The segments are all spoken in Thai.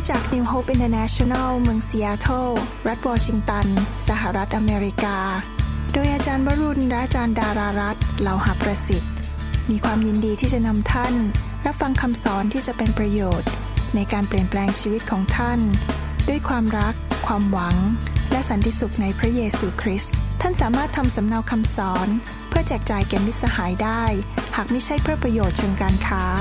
จักร New Hope International เมืองซีแอตเทิลรัฐวอชิงตันสหรัฐอเมริกาโดยอาจารย์วรุณและอาจารย์ดารารัตน์เหล่าหประสิทธิ์มีความยินดีที่จะนำท่านรับฟังคำสอนที่จะเป็นประโยชน์ในการเปลี่ยนแปลงชีวิตของท่านด้วยความรักความหวังและสันติสุขในพระเยซูคริสต์ท่านสามารถทำสำเนาคำสอนเพื่อแจกจ่ายแก่มิตรสหายได้หากไม่ใช่เพื่อประโยชน์เชิงการค้า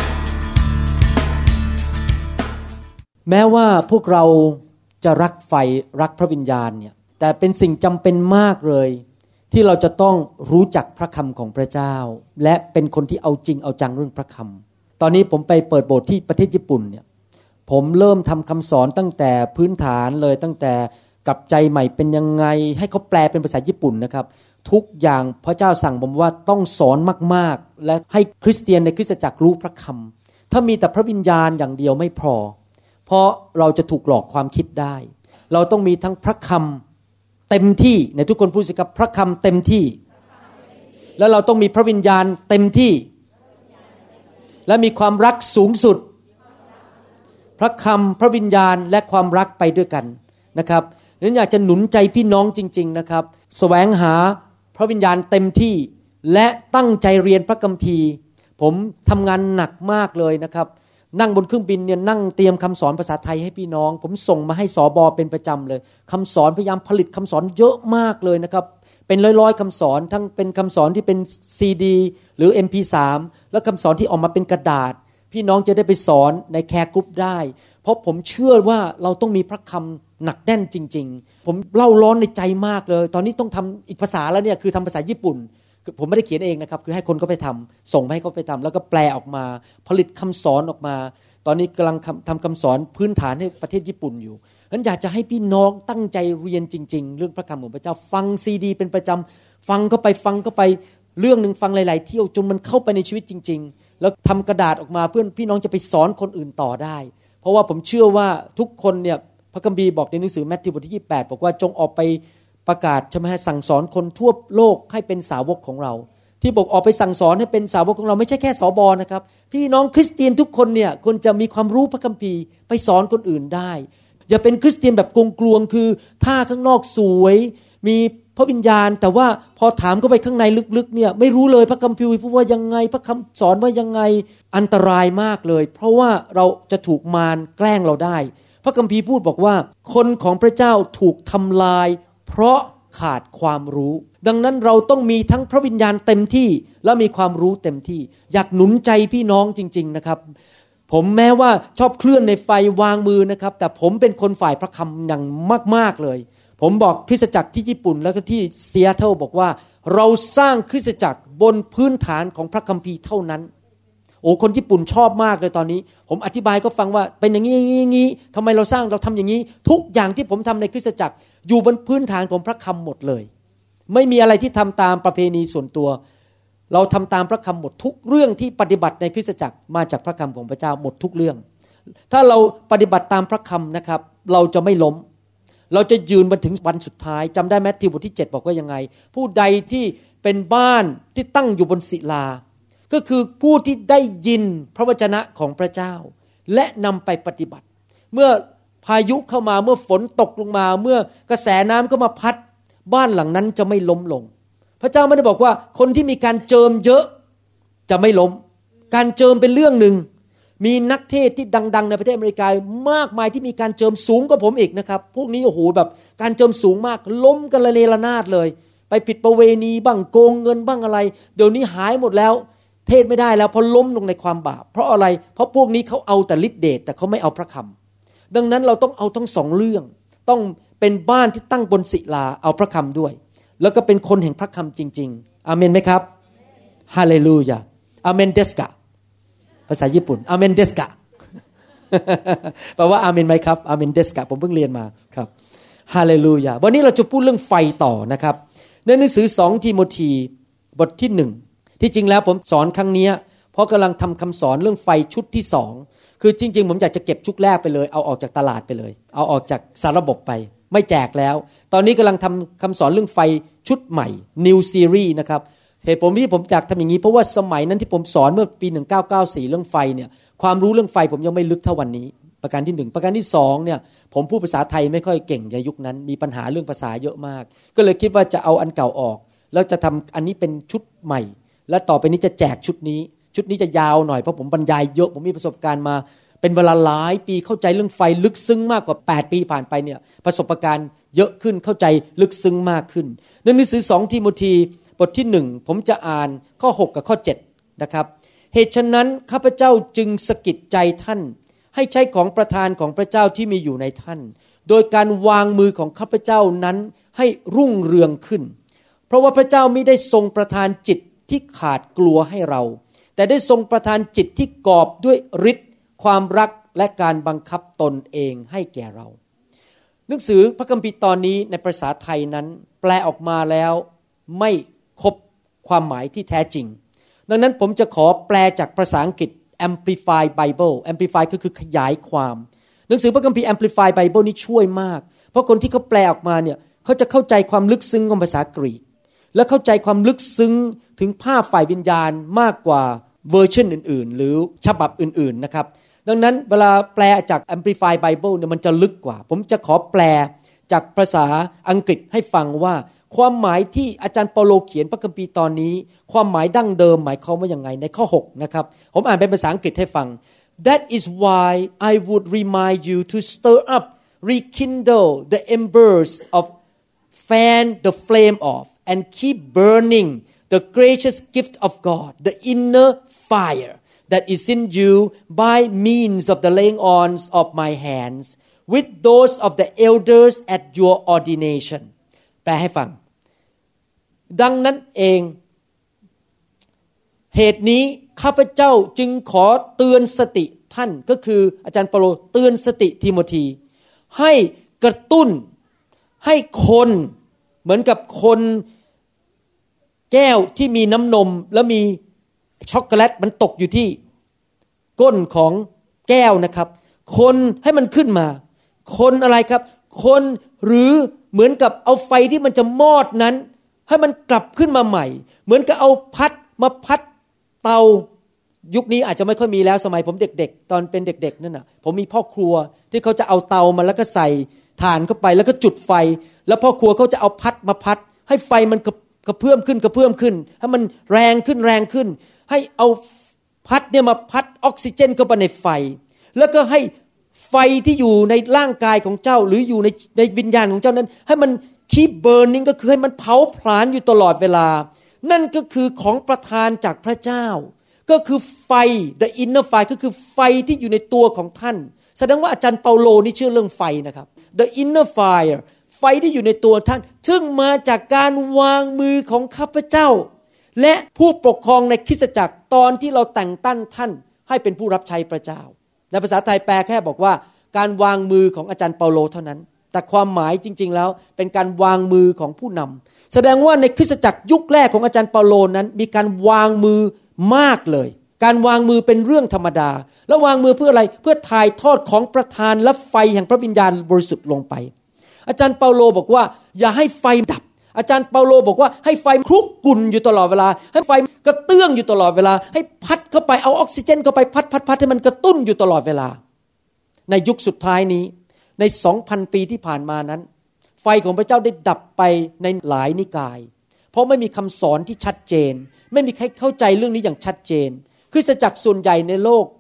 แม้ว่าพวกเราจะรักไฟรักพระวิญญาณเนี่ยแต่เป็นสิ่งจำเป็นมากเลยที่เราจะต้องรู้จักพระคำของพระเจ้าและเป็นคนที่เอาจริงเอาจังเรื่องพระคำตอนนี้ผมไปเปิดโบสถ์ที่ประเทศญี่ปุ่นเนี่ยผมเริ่มทำคำสอนตั้งแต่พื้นฐานเลยตั้งแต่กลับใจใหม่เป็นยังไงให้เขาแปลเป็นภาษาญี่ปุ่นนะครับทุกอย่างพระเจ้าสั่งผมว่าต้องสอนมากๆและให้คริสเตียนในคริสตจักรรู้พระคำถ้ามีแต่พระวิญญาณอย่างเดียวไม่พอเพราะเราจะถูกหลอกความคิดได้เราต้องมีทั้งพระคำเต็มที่ในทุกคนพูดสิครับพระคำเต็มที่แล้วเราต้องมีพระวิญญาณเต็มที่และมีความรักสูงสุดพระคำพระวิญญาณและความรักไปด้วยกันนะครับนั้นอยากจะหนุนใจพี่น้องจริงๆนะครับแสวงหาพระวิญญาณเต็มที่และตั้งใจเรียนพระคัมภีร์ผมทำงานหนักมากเลยนะครับนั่งบนเครื่องบินเนี่ยนั่งเตรียมคำสอนภาษาไทยให้พี่น้องผมส่งมาให้สบเป็นประจำเลยคำสอนพยายามผลิตคำสอนเยอะมากเลยนะครับเป็นร้อยๆคำสอนทั้งเป็นคำสอนที่เป็นซีดีหรือ MP3 แล้วคำสอนที่ออกมาเป็นกระดาษพี่น้องจะได้ไปสอนในแคร์กรุ๊ปได้เพราะผมเชื่อว่าเราต้องมีพระคำหนักแน่นจริงๆผมเล่าร้อนในใจมากเลยตอนนี้ต้องทำอีกภาษาแล้วเนี่ยคือทำภาษาญี่ปุ่นผมไม่ได้เขียนเองนะครับคือให้คนเขาไปทำส่งไปให้เขาไปทำแล้วก็แปลออกมาผลิตคำสอนออกมาตอนนี้กำลังทำคำสอนพื้นฐานให้ประเทศญี่ปุ่นอยู่ฉะนั้นอยากจะให้พี่น้องตั้งใจเรียนจริงๆเรื่องพระคำของพระเจ้าฟังซีดีเป็นประจำฟังเข้าไปเรื่องนึงฟังหลายๆเที่ยวจนมันเข้าไปในชีวิตจริงๆแล้วทำกระดาษออกมาเพื่อนพี่น้องจะไปสอนคนอื่นต่อได้เพราะว่าผมเชื่อว่าทุกคนเนี่ยพระคัมภีร์บอกในหนังสือมัทธิวบทที่28บอกว่าจงออกไปประกาศใช่ไหมฮะสั่งสอนคนทั่วโลกให้เป็นสาวกของเราที่บอกออกไปสั่งสอนให้เป็นสาวกของเราไม่ใช่แค่สบนะครับพี่น้องคริสเตียนทุกคนเนี่ยควรจะมีความรู้พระคัมภีร์ไปสอนคนอื่นได้อย่าเป็นคริสเตียนแบบกลวงๆคือท่าข้างนอกสวยมีพระวิญญาณแต่ว่าพอถามเข้าไปข้างในลึกๆเนี่ยไม่รู้เลยพระคัมภีร์พูดว่ายังไงพระคำสอนว่ายังไงอันตรายมากเลยเพราะว่าเราจะถูกมารแกล้งเราได้พระคัมภีร์พูดบอกว่าคนของพระเจ้าถูกทำลายเพราะขาดความรู้ดังนั้นเราต้องมีทั้งพระวิญญาณเต็มที่และมีความรู้เต็มที่อยากหนุนใจพี่น้องจริงๆนะครับผมแม้ว่าชอบเคลื่อนในไฟวางมือนะครับแต่ผมเป็นคนฝ่ายพระคำอย่างมากๆเลยผมบอกคริสตจักรที่ญี่ปุ่นแล้วก็ที่ซีแอตเทิลบอกว่าเราสร้างคริสตจักรบนพื้นฐานของพระคัมภีร์เท่านั้นโอ้คนญี่ปุ่นชอบมากเลยตอนนี้ผมอธิบายก็ฟังว่าเป็นอย่างนี้ทำไมเราสร้างเราทำอย่างนี้ทุกอย่างที่ผมทำในคริสตจักรอยู่บนพื้นฐานของพระคำหมดเลยไม่มีอะไรที่ทำตามประเพณีส่วนตัวเราทำตามพระคำหมดทุกเรื่องที่ปฏิบัติในคริสตจักรมาจากพระคำของพระเจ้าหมดทุกเรื่องถ้าเราปฏิบัติตามพระคำนะครับเราจะไม่ล้มเราจะยืนมาถึงวันสุดท้ายจำได้ไหมมัทธิวบทที่7บอกว่ายังไงผู้ใดที่เป็นบ้านที่ตั้งอยู่บนศิลาก็คือผู้ที่ได้ยินพระวจนะของพระเจ้าและนำไปปฏิบัติเมื่อพายุเข้ามาเมื่อฝนตกลงมาเมื่อกระแสน้ำเข้ามาพัดบ้านหลังนั้นจะไม่ล้มลงพระเจ้าไม่ได้บอกว่าคนที่มีการเจิมเยอะจะไม่ล้มการเจิมเป็นเรื่องหนึ่งมีนักเทศที่ดังๆในประเทศอเมริกามากมายที่มีการเจิมสูงกว่าผมอีกนะครับพวกนี้โอ้โหแบบการเจิมสูงมากล้มกันระเนระนาดเลยไปผิดประเวณีบ้างโกงเงินบ้างอะไรเดี๋ยวนี้หายหมดแล้วเทศไม่ได้แล้วเพราะล้มลงในความบาปเพราะอะไรเพราะพวกนี้เขาเอาแต่ฤทธิ์เดชแต่เขาไม่เอาพระคำดังนั้นเราต้องเอาทั้งสองเรื่องต้องเป็นบ้านที่ตั้งบนศิลาเอาพระคำด้วยแล้วก็เป็นคนแห่งพระคำจริงๆอาเมนไหมครับฮาเลลูยาอาเมนเดสกะภาษาญี่ปุ่นอาเมนเดสกะแปลว่าอาเมนไหมครับอาเมนเดสกะผมเพิ่งเรียนมาครับฮาเลลูยาวันนี้เราจะพูดเรื่องไฟต่อนะครับในหนังสือ2ทิโมธีบทที่1ที่จริงแล้วผมสอนครั้งนี้เพราะกำลังทำคำสอนเรื่องไฟชุดที่2คือจริงๆผมอยากจะเก็บชุดแรกไปเลยเอาออกจากตลาดไปเลยเอาออกจากสารระบบไปไม่แจกแล้วตอนนี้กำลังทำคำสอนเรื่องไฟชุดใหม่ New Series นะครับเหตุผลที่ผมอยากทำอย่างนี้เพราะว่าสมัยนั้นที่ผมสอนเมื่อปี1994เรื่องไฟเนี่ยความรู้เรื่องไฟผมยังไม่ลึกเท่าวันนี้ประการที่1ประการที่2เนี่ยผมพูดภาษาไทยไม่ค่อยเก่งในยุคนั้นมีปัญหาเรื่องภาษาเยอะมากก็เลยคิดว่าจะเอาอันเก่าออกแล้วจะทำอันนี้เป็นชุดใหม่และต่อไปนี้จะแจกชุดนี้จะยาวหน่อยเพราะผมบรรยายเยอะผมมีประสบการณ์มาเป็นเวลาหลายปีเข้าใจเรื่องไฟลึกซึ้งมากกว่า8ปีผ่านไปเนี่ยประสบการณ์เยอะขึ้นเข้าใจลึกซึ้งมากขึ้นหนังสือ2ทิโมธีบทที่1ผมจะอ่านข้อ6กับข้อ7นะครับเหตุฉะนั้นข้าพเจ้าจึงสะกิดใจท่านให้ใช้ของประทานของพระเจ้าที่มีอยู่ในท่านโดยการวางมือของข้าพเจ้านั้นให้รุ่งเรืองขึ้นเพราะว่าพระเจ้ามิได้ทรงประทานจิตที่ขาดกลัวให้เราแต่ได้ทรงประทานจิตที่กอบด้วยฤทธิ์ความรักและการบังคับตนเองให้แก่เราหนังสือพระคัมภีร์ตอนนี้ในภาษาไทยนั้นแปลออกมาแล้วไม่ครบความหมายที่แท้จริงดังนั้นผมจะขอแปลจากภาษาอังกฤษ Amplified Bible Amplify ก็คือขยายความหนังสือพระคัมภีร์ Amplified Bible นี่ช่วยมากเพราะคนที่เขาแปลออกมาเนี่ยเขาจะเข้าใจความลึกซึ้งของภาษากรีกและเข้าใจความลึกซึ้งถึงภาพฝ่ายวิญญาณมากกว่าเวอร์ชันอื่นๆหรือฉบับอื่นๆนะครับดังนั้นเวลาแปลจาก Amplified Bible เนี่ยมันจะลึกกว่าผมจะขอแปลจากภาษาอังกฤษให้ฟังว่าความหมายที่อาจารย์เปาโลเขียนพระคัมภีร์ตอนนี้ความหมายดั้งเดิมหมายความว่าอย่างไรในข้อ6นะครับผมอ่านเป็นภาษาอังกฤษให้ฟัง That is why I would remind you to stir up rekindle the embers of fan the flame of and keep burning the gracious gift of God the inner fire that is in you by means of the laying on of my hands with those of the elders at your ordination แปลให้ฟังดังนั้นเองเหตุนี้ข้าพเจ้าจึงขอเตือนสติท่านก็คืออาจารย์เปาโลเตือนสติทิโมธีให้กระตุ้นให้คนเหมือนกับคนแก้วที่มีน้ำนมแล้วมีช็อกโกแลตมันตกอยู่ที่ก้นของแก้วนะครับคนให้มันขึ้นมาคนอะไรครับคนหรือเหมือนกับเอาไฟที่มันจะมอดนั้นให้มันกลับขึ้นมาใหม่เหมือนกับเอาพัดมาพัดเตายุคนี้อาจจะไม่ค่อยมีแล้วสมัยผมเด็กๆตอนเป็นเด็กๆนั่นน่ะผมมีพ่อครัวที่เขาจะเอาเตามาแล้วก็ใส่ถ่านเข้าไปแล้วก็จุดไฟแล้วพ่อครัวเขาจะเอาพัดมาพัดให้ไฟมันกระเพื่อมขึ้นให้มันแรงขึ้นให้เอาพัดเนี่ยมาพัดออกซิเจนเข้าไปในไฟแล้วก็ให้ไฟที่อยู่ในร่างกายของเจ้าหรืออยู่ในวิญญาณของเจ้านั้นให้มัน keep burning ก็คือให้มันเผาผลาญอยู่ตลอดเวลานั่นก็คือของประทานจากพระเจ้าก็คือไฟ the inner fire ก็คือไฟที่อยู่ในตัวของท่านแสดงว่าอาจารย์เปาโลนี่เชื่อเรื่องไฟนะครับ the inner fire ไฟที่อยู่ในตัวท่านซึ่งมาจากการวางมือของข้าพเจ้าและผู้ปกครองในคริสตจักรตอนที่เราแต่งตั้งท่านให้เป็นผู้รับใช้พระเจ้าในภาษาไทยแปลแค่บอกว่าการวางมือของอาจารย์เปาโลเท่านั้นแต่ความหมายจริงๆแล้วเป็นการวางมือของผู้นำแสดงว่าในคริสตจักรยุคแรกของอาจารย์เปาโลนั้นมีการวางมือมากเลยการวางมือเป็นเรื่องธรรมดาแล้ววางมือเพื่ออะไรเพื่อถ่ายทอดของประทานและไฟแห่งพระวิญญาณบริสุทธิ์ลงไปอาจารย์เปาโลบอกว่าอย่าให้ไฟดับอาจารย์เปาโลบอกว่าให้ไฟคลุกกลุ่นอยู่ตลอดเวลาให้ไฟกระเตื้องอยู่ตลอดเวลาให้พัดเข้าไปเอาออกซิเจนเข้าไปพัดให้มันกระตุ้นอยู่ตลอดเวลาในยุคสุดท้ายนี้ใน 2,000 ปีที่ผ่านมานั้นไฟของพระเจ้าได้ดับไปในหลายนิกายเพราะไม่มีคำสอนที่ชัดเจนไม่มีใครเข้าใจเรื่องนี้อย่างชัดเจนคริสตจักรส่วนใหญ่ในโลก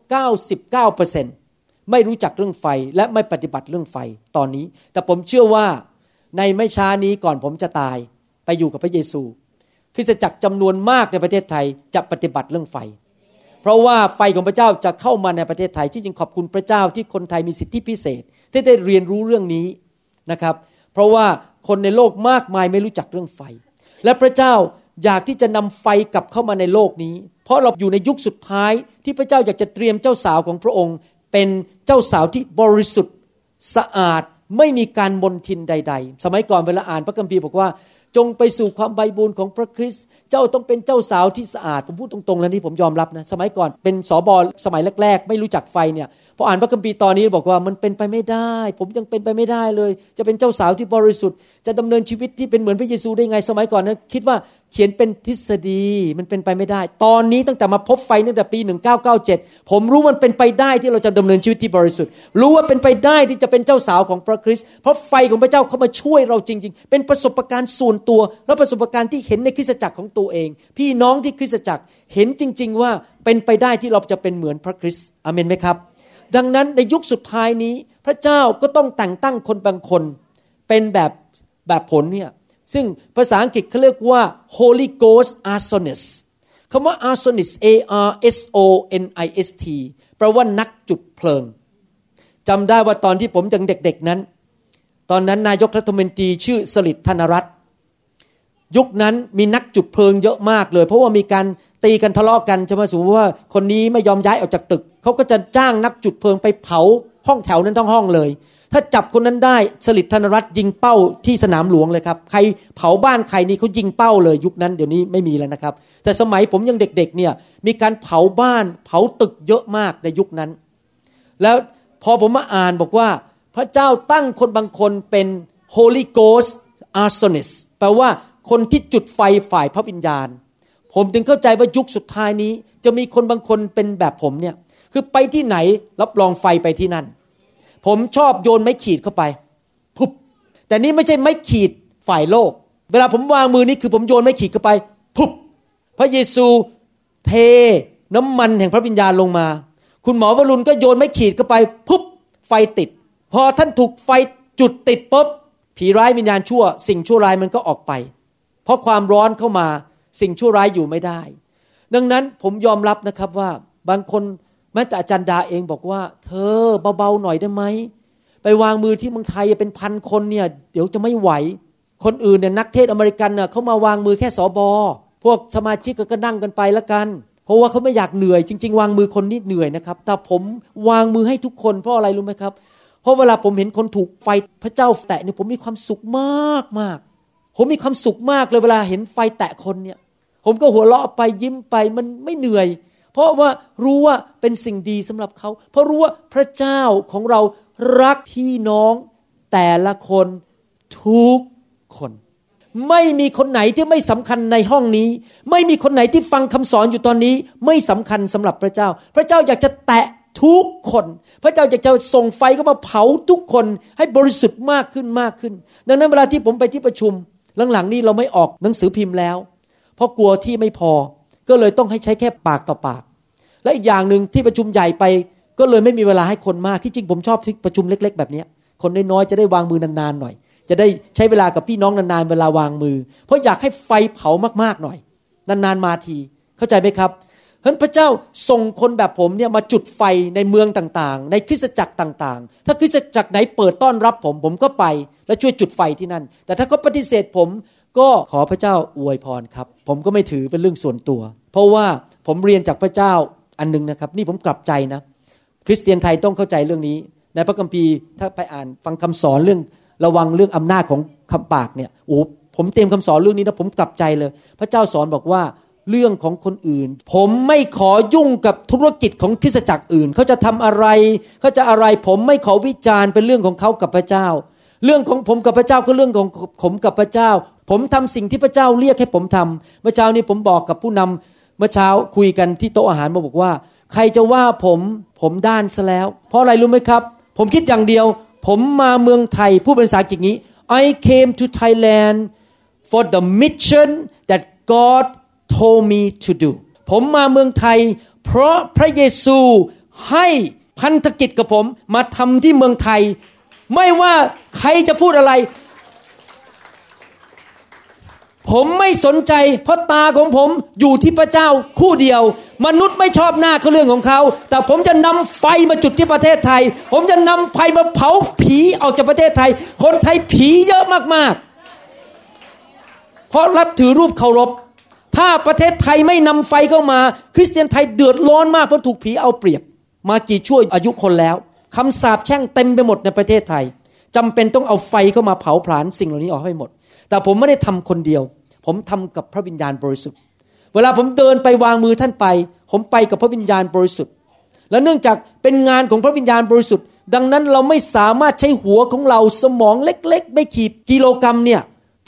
99% ไม่รู้จักเรื่องไฟและไม่ปฏิบัติเรื่องไฟตอนนี้แต่ผมเชื่อว่าในไม่ช้านี้ก่อนผมจะตายไปอยู่กับพระเยซูคริสตจักรจำนวนมากในประเทศไทยจะปฏิบัติเรื่องไฟเพราะว่าไฟของพระเจ้าจะเข้ามาในประเทศไทยที่จริงขอบคุณพระเจ้าที่คนไทยมีสิทธิพิเศษที่ได้เรียนรู้เรื่องนี้นะครับเพราะว่าคนในโลกมากมายไม่รู้จักเรื่องไฟและพระเจ้าอยากที่จะนำไฟกลับเข้ามาในโลกนี้เพราะเราอยู่ในยุคสุดท้ายที่พระเจ้าอยากจะเตรียมเจ้าสาวของพระองค์เป็นเจ้าสาวที่บริสุทธิ์สะอาดไม่มีการมลทินใดๆสมัยก่อนเวลาอ่านพระคัมภีร์บอกว่าจงไปสู่ความไพบูลย์ของพระคริสต์เจ้าต้องเป็นเจ้าสาวที่สะอาดผมพูดตรงๆแล้วนี่ผมยอมรับนะสมัยก่อนเป็นสบสมัยแรกๆไม่รู้จักไฟเนี่ยพออ่านพระคัมภีร์ตอนนี้บอกว่ามันเป็นไปไม่ได้ผมยังเป็นไปไม่ได้เลยจะเป็นเจ้าสาวที่บริสุทธิ์จะดำเนินชีวิตที่เป็นเหมือนพระเยซูได้ไงสมัยก่อนนะคิดว่าเขียนเป็นทฤษฎีมันเป็นไปไม่ได้ตอนนี้ตั้งแต่มาพบไฟตั้งแต่ปี1997ผมรู้มันเป็นไปได้ที่เราจะดำเนินชีวิตที่บริสุทธิ์รู้ว่าเป็นไปได้ที่จะเป็นเจ้าสาวของพระคริสต์เพราะไฟของพระเจ้าเข้ามาช่วยเราจริงๆเป็นประสบการณ์ส่วนตัวและประสบการณ์ที่เห็นในคริสตจักรของตัวเองพี่น้องที่คริสตจักรเห็นจริงๆว่าเป็นไปได้ที่เราจะเป็นเหมือนพระคริสต์อาเมนไหมครับดังนั้นในยุคสุดท้ายนี้พระเจ้าก็ต้องแต่งตั้งคนบางคนเป็นแบบผลเนี่ยซึ่งภาษาอังกฤษเขาเรียกว่า Holy Ghost Arsonist คำว่า Arsonist A R S O N I S T แปลว่านักจุดเพลิงจำได้ว่าตอนที่ผมยังเด็กๆนั้นตอนนั้นนายกรัฐมนตรีชื่อสฤษดิ์ธนรัตน์ยุคนั้นมีนักจุดเพลิงเยอะมากเลยเพราะว่ามีการตีกันทะเลาะกันจะมาสมมติว่าคนนี้ไม่ยอมย้ายออกจากตึกเขาก็จะจ้างนักจุดเพลิงไปเผาห้องแถวนั้นทั้งห้องเลยถ้าจับคนนั้นได้สฤษดิ์ธนรัตน์ยิงเป้าที่สนามหลวงเลยครับใครเผาบ้านใครนี่เขายิงเป้าเลยยุคนั้นเดี๋ยวนี้ไม่มีแล้วนะครับแต่สมัยผมยังเด็กๆเนี่ยมีการเผาบ้านเผาตึกเยอะมากในยุคนั้นแล้วพอผมมาอ่านบอกว่าพระเจ้าตั้งคนบางคนเป็น Holy Ghost Arsonist แปลว่าคนที่จุดไฟฝ่ายพระวิญญาณผมถึงเข้าใจว่ายุคสุดท้ายนี้จะมีคนบางคนเป็นแบบผมเนี่ยคือไปที่ไหนรับรองไฟไปที่นั่นผมชอบโยนไม้ขีดเข้าไปปุ๊บแต่นี่ไม่ใช่ไม้ขีดฝ่ายโลกเวลาผมวางมือนี่คือผมโยนไม้ขีดเข้าไปปุ๊บพระเยซูเทน้ำมันแห่งพระวิญญาณลงมาคุณหมอวรุณก็โยนไม้ขีดเข้าไปปุ๊บไฟติดพอท่านถูกไฟจุดติดปุ๊บผีร้ายวิญญาณชั่วสิ่งชั่วร้ายมันก็ออกไปเพราะความร้อนเข้ามาสิ่งชั่วร้ายอยู่ไม่ได้ดังนั้นผมยอมรับนะครับว่าบางคนแม้แต่อาจารย์ดาเองบอกว่าเธอเบาๆหน่อยได้ไหมไปวางมือที่เมืองไทยเป็นพันคนเนี่ยเดี๋ยวจะไม่ไหวคนอื่นเนี่ยนักเทศอเมริกันน่ะเขามาวางมือแค่สบพวกสมาชิกก็นั่งกันไปละกันเพราะว่าเขาไม่อยากเหนื่อยจริงๆวางมือคนนี่เหนื่อยนะครับแต่ผมวางมือให้ทุกคนเพราะอะไรรู้ไหมครับเพราะเวลาผมเห็นคนถูกไฟพระเจ้าแตะเนี่ยผมมีความสุขมากผมมีความสุขมากเลยเวลาเห็นไฟแตะคนเนี่ยผมก็หัวเราะไปยิ้มไปมันไม่เหนื่อยเพราะว่ารู้ว่าเป็นสิ่งดีสำหรับเขาเพราะรู้ว่าพระเจ้าของเรารักพี่น้องแต่ละคนทุกคนไม่มีคนไหนที่ไม่สำคัญในห้องนี้ไม่มีคนไหนที่ฟังคำสอนอยู่ตอนนี้ไม่สำคัญสำหรับพระเจ้าพระเจ้าอยากจะแตะทุกคนพระเจ้าอยากจะส่งไฟเข้ามาเผาทุกคนให้บริสุทธิ์มากขึ้นดังนั้นเวลาที่ผมไปที่ประชุมหลังๆนี้เราไม่ออกหนังสือพิมพ์แล้วเพราะกลัวที่ไม่พอก็เลยต้องให้ใช้แค่ปากต่อปากและอีกอย่างนึงที่ประชุมใหญ่ไปก็เลยไม่มีเวลาให้คนมากที่จริงผมชอบประชุมเล็กๆแบบนี้คนน้อยๆจะได้วางมือนานๆหน่อยจะได้ใช้เวลากับพี่น้องนานๆเวลาวางมือเพราะอยากให้ไฟเผามากๆหน่อยนานๆมาทีเข้าใจไหมครับเพราะฉะนั้นพระเจ้าส่งคนแบบผมเนี่ยมาจุดไฟในเมืองต่างๆในคริสตจักรต่างๆถ้าคริสตจักรไหนเปิดต้อนรับผมก็ไปและช่วยจุดไฟที่นั่นแต่ถ้าเขาปฏิเสธผมก็ขอพระเจ้าอวยพรครับผมก็ไม่ถือเป็นเรื่องส่วนตัวเพราะว่าผมเรียนจากพระเจ้าอันนึงนะครับนี่ผมกลับใจนะคริสเตียนไทยต้องเข้าใจเรื่องนี้ในพระคัมภีร์ถ้าไปอ่านฟังคำสอนเรื่องระวังเรื่องอำนาจของคำปากเนี่ยโอ้ผมเตรียมคำสอนเรื่องนี้นะผมกลับใจเลยพระเจ้าสอนบอกว่าเรื่องของคนอื่นผมไม่ขอยุ่งกับธุรกิจของคริสตจักรอื่นเขาจะทำอะไรเขาจะอะไรผมไม่ขอวิจารณ์เป็นเรื่องของเขากับพระเจ้าเรื่องของผมกับพระเจ้าก็เรื่องของผมกับพระเจ้าผมทำสิ่งที่พระเจ้าเรียกให้ผมทำเมื่อเช้านี้ผมบอกกับผู้นำเมื่อเช้าคุยกันที่โต๊ะอาหารมาบอกว่าใครจะว่าผมด้านซะแล้วเพราะอะไรรู้ไหมครับผมคิดอย่างเดียวผมมาเมืองไทยพูดเป็นภาษาอังกฤษนี้ I came to Thailand for the mission that God told me to do ผมมาเมืองไทยเพราะพระเยซูให้พันธกิจกับผมมาทำที่เมืองไทยไม่ว่าใครจะพูดอะไรผมไม่สนใจเพราะตาของผมอยู่ที่พระเจ้าคู่เดียวมนุษย์ไม่ชอบหน้าก็เรื่องของเขาแต่ผมจะนำไฟมาจุดที่ประเทศไทยผมจะนำไฟมาเผาผีออกจากประเทศไทยคนไทยผีเยอะมากๆเพราะรับถือรูปเคารพถ้าประเทศไทยไม่นำไฟเข้ามาคริสเตียนไทยเดือดร้อนมากเพราะถูกผีเอาเปรียบมากี่ชั่วอายุคนแล้วคำสาปแช่งเต็มไปหมดในประเทศไทยจำเป็นต้องเอาไฟเข้ามาเผาผลาญสิ่งเหล่านี้ออกให้หมดแต่ผมไม่ได้ทำคนเดียวผมทำกับพระวิญญาณบริสุทธิ์เวลาผมเดินไปวางมือท่านไปผมไปกับพระวิญญาณบริสุทธิ์และเนื่องจากเป็นงานของพระวิญญาณบริสุทธิ์ดังนั้นเราไม่สามารถใช้หัวของเราสมองเล็กๆไม่กี่กิโลกรัมเนี่ยจะ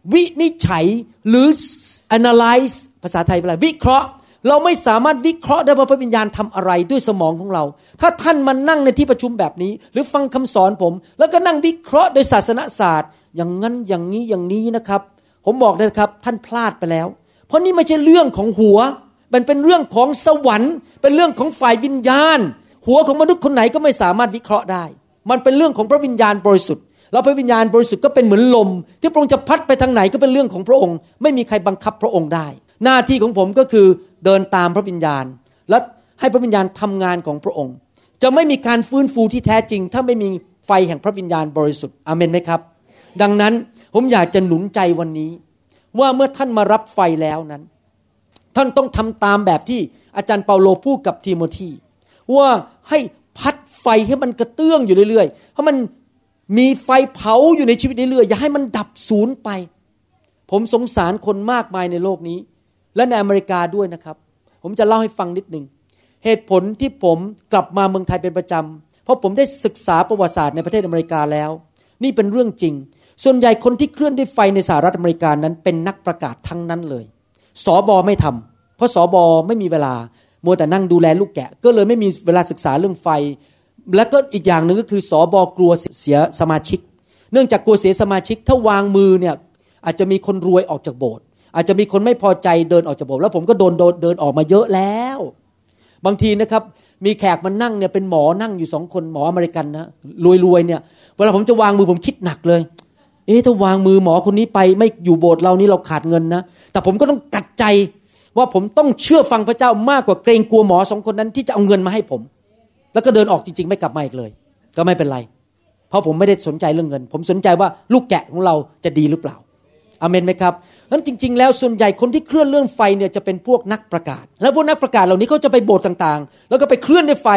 วินิจฉัยหรือ analyze ภาษาไทยเป็นอะไรวิเคราะห์เราไม่สามารถวิเคราะห์ได้ว่าพระวิญญาณทำอะไรด้วยสมองของเราถ้าท่านมานั่งในที่ประชุมแบบนี้หรือฟังคำสอนผมแล้วก็นั่งวิเคราะห์โดยศาสนศาสตร์อย่างนั้นอย่างนี้อย่างนี้นะครับผมบอกเลยครับท่านพลาดไปแล้วเพราะนี่ไม่ใช่เรื่องของหัวมันเป็นเรื่องของสวรรค์เป็นเรื่องของฝ่ายวิญญาณหัวของมนุษย์คนไหนก็ไม่สามารถวิเคราะห์ได้มันเป็นเรื่องของพระวิญญาณบริสุทธิ์แล้วพระวิญญาณบริสุทธิ์ก็เป็นเหมือนลมที่พระองค์จะพัดไปทางไหนก็เป็นเรื่องของพระองค์ไม่มีใครบังคับพระองค์ได้หน้าที่ของผมก็คือเดินตามพระวิญญาณและให้พระวิญญาณทำงานของพระองค์จะไม่มีการฟื้นฟูที่แท้จริงถ้าไม่มีไฟแห่งพระวิญญาณบริสุทธิ์อาเมนไหมครับดังนั้นผมอยากจะหนุนใจวันนี้ว่าเมื่อท่านมารับไฟแล้วนั้นท่านต้องทำตามแบบที่อาจารย์เปาโลพูดกับทิโมธีว่าให้พัดไฟให้มันกระเตื้องอยู่เรื่อยๆเพราะมันมีไฟเผาอยู่ในชีวิตเรื่อยๆอย่าให้มันดับสูญไปผมสงสารคนมากมายในโลกนี้และในอเมริกาด้วยนะครับผมจะเล่าให้ฟังนิดนึงเหตุผลที่ผมกลับมาเมืองไทยเป็นประจำเพราะผมได้ศึกษาประวัติศาสตร์ในประเทศอเมริกาแล้วนี่เป็นเรื่องจริงส่วนใหญ่คนที่เคลื่อนด้วยไฟในสหรัฐอเมริกานั้นเป็นนักประกาศทั้งนั้นเลยสบไม่ทำเพราะสบไม่มีเวลามัวแต่นั่งดูแลลูกแกะก็เลยไม่มีเวลาศึกษาเรื่องไฟและก็อีกอย่างนึงก็คือสบกลัวเสียสมาชิกเนื่องจากกลัวเสียสมาชิกถ้าวางมือเนี่ยอาจจะมีคนรวยออกจากโบสถ์อาจจะมีคนไม่พอใจเดินออกจากโบสถ์แล้วผมก็เดินออกมาเยอะแล้วบางทีนะครับมีแขกมานั่งเนี่ยเป็นหมอนั่งอยู่2คนหมออเมริกันนะรวยๆเนี่ยเวลาผมจะวางมือผมคิดหนักเลยถ้าวางมือหมอคนนี้ไปไม่อยู่โบสถ์เรานี่เราขาดเงินนะแต่ผมก็ต้องกัดใจว่าผมต้องเชื่อฟังพระเจ้ามากกว่าเกรงกลัวหมอ2คนนั้นที่จะเอาเงินมาให้ผมแล้วก็เดินออกจริงๆไม่กลับมาอีกเลยก็ไม่เป็นไรเพราะผมไม่ได้สนใจเรื่องเงินผมสนใจว่าลูกแกะของเราจะดีหรือเปล่าอาเมนไหมครับนั้นจริงๆแล้วส่วนใหญ่คนที่เคลื่อนเรื่องไฟเนี่ยจะเป็นพวกนักประกาศแล้วพวกนักประกาศเหล่านี้เขาจะไปโบสถ์ต่างๆแล้วก็ไปเคลื่อนด้วยไฟ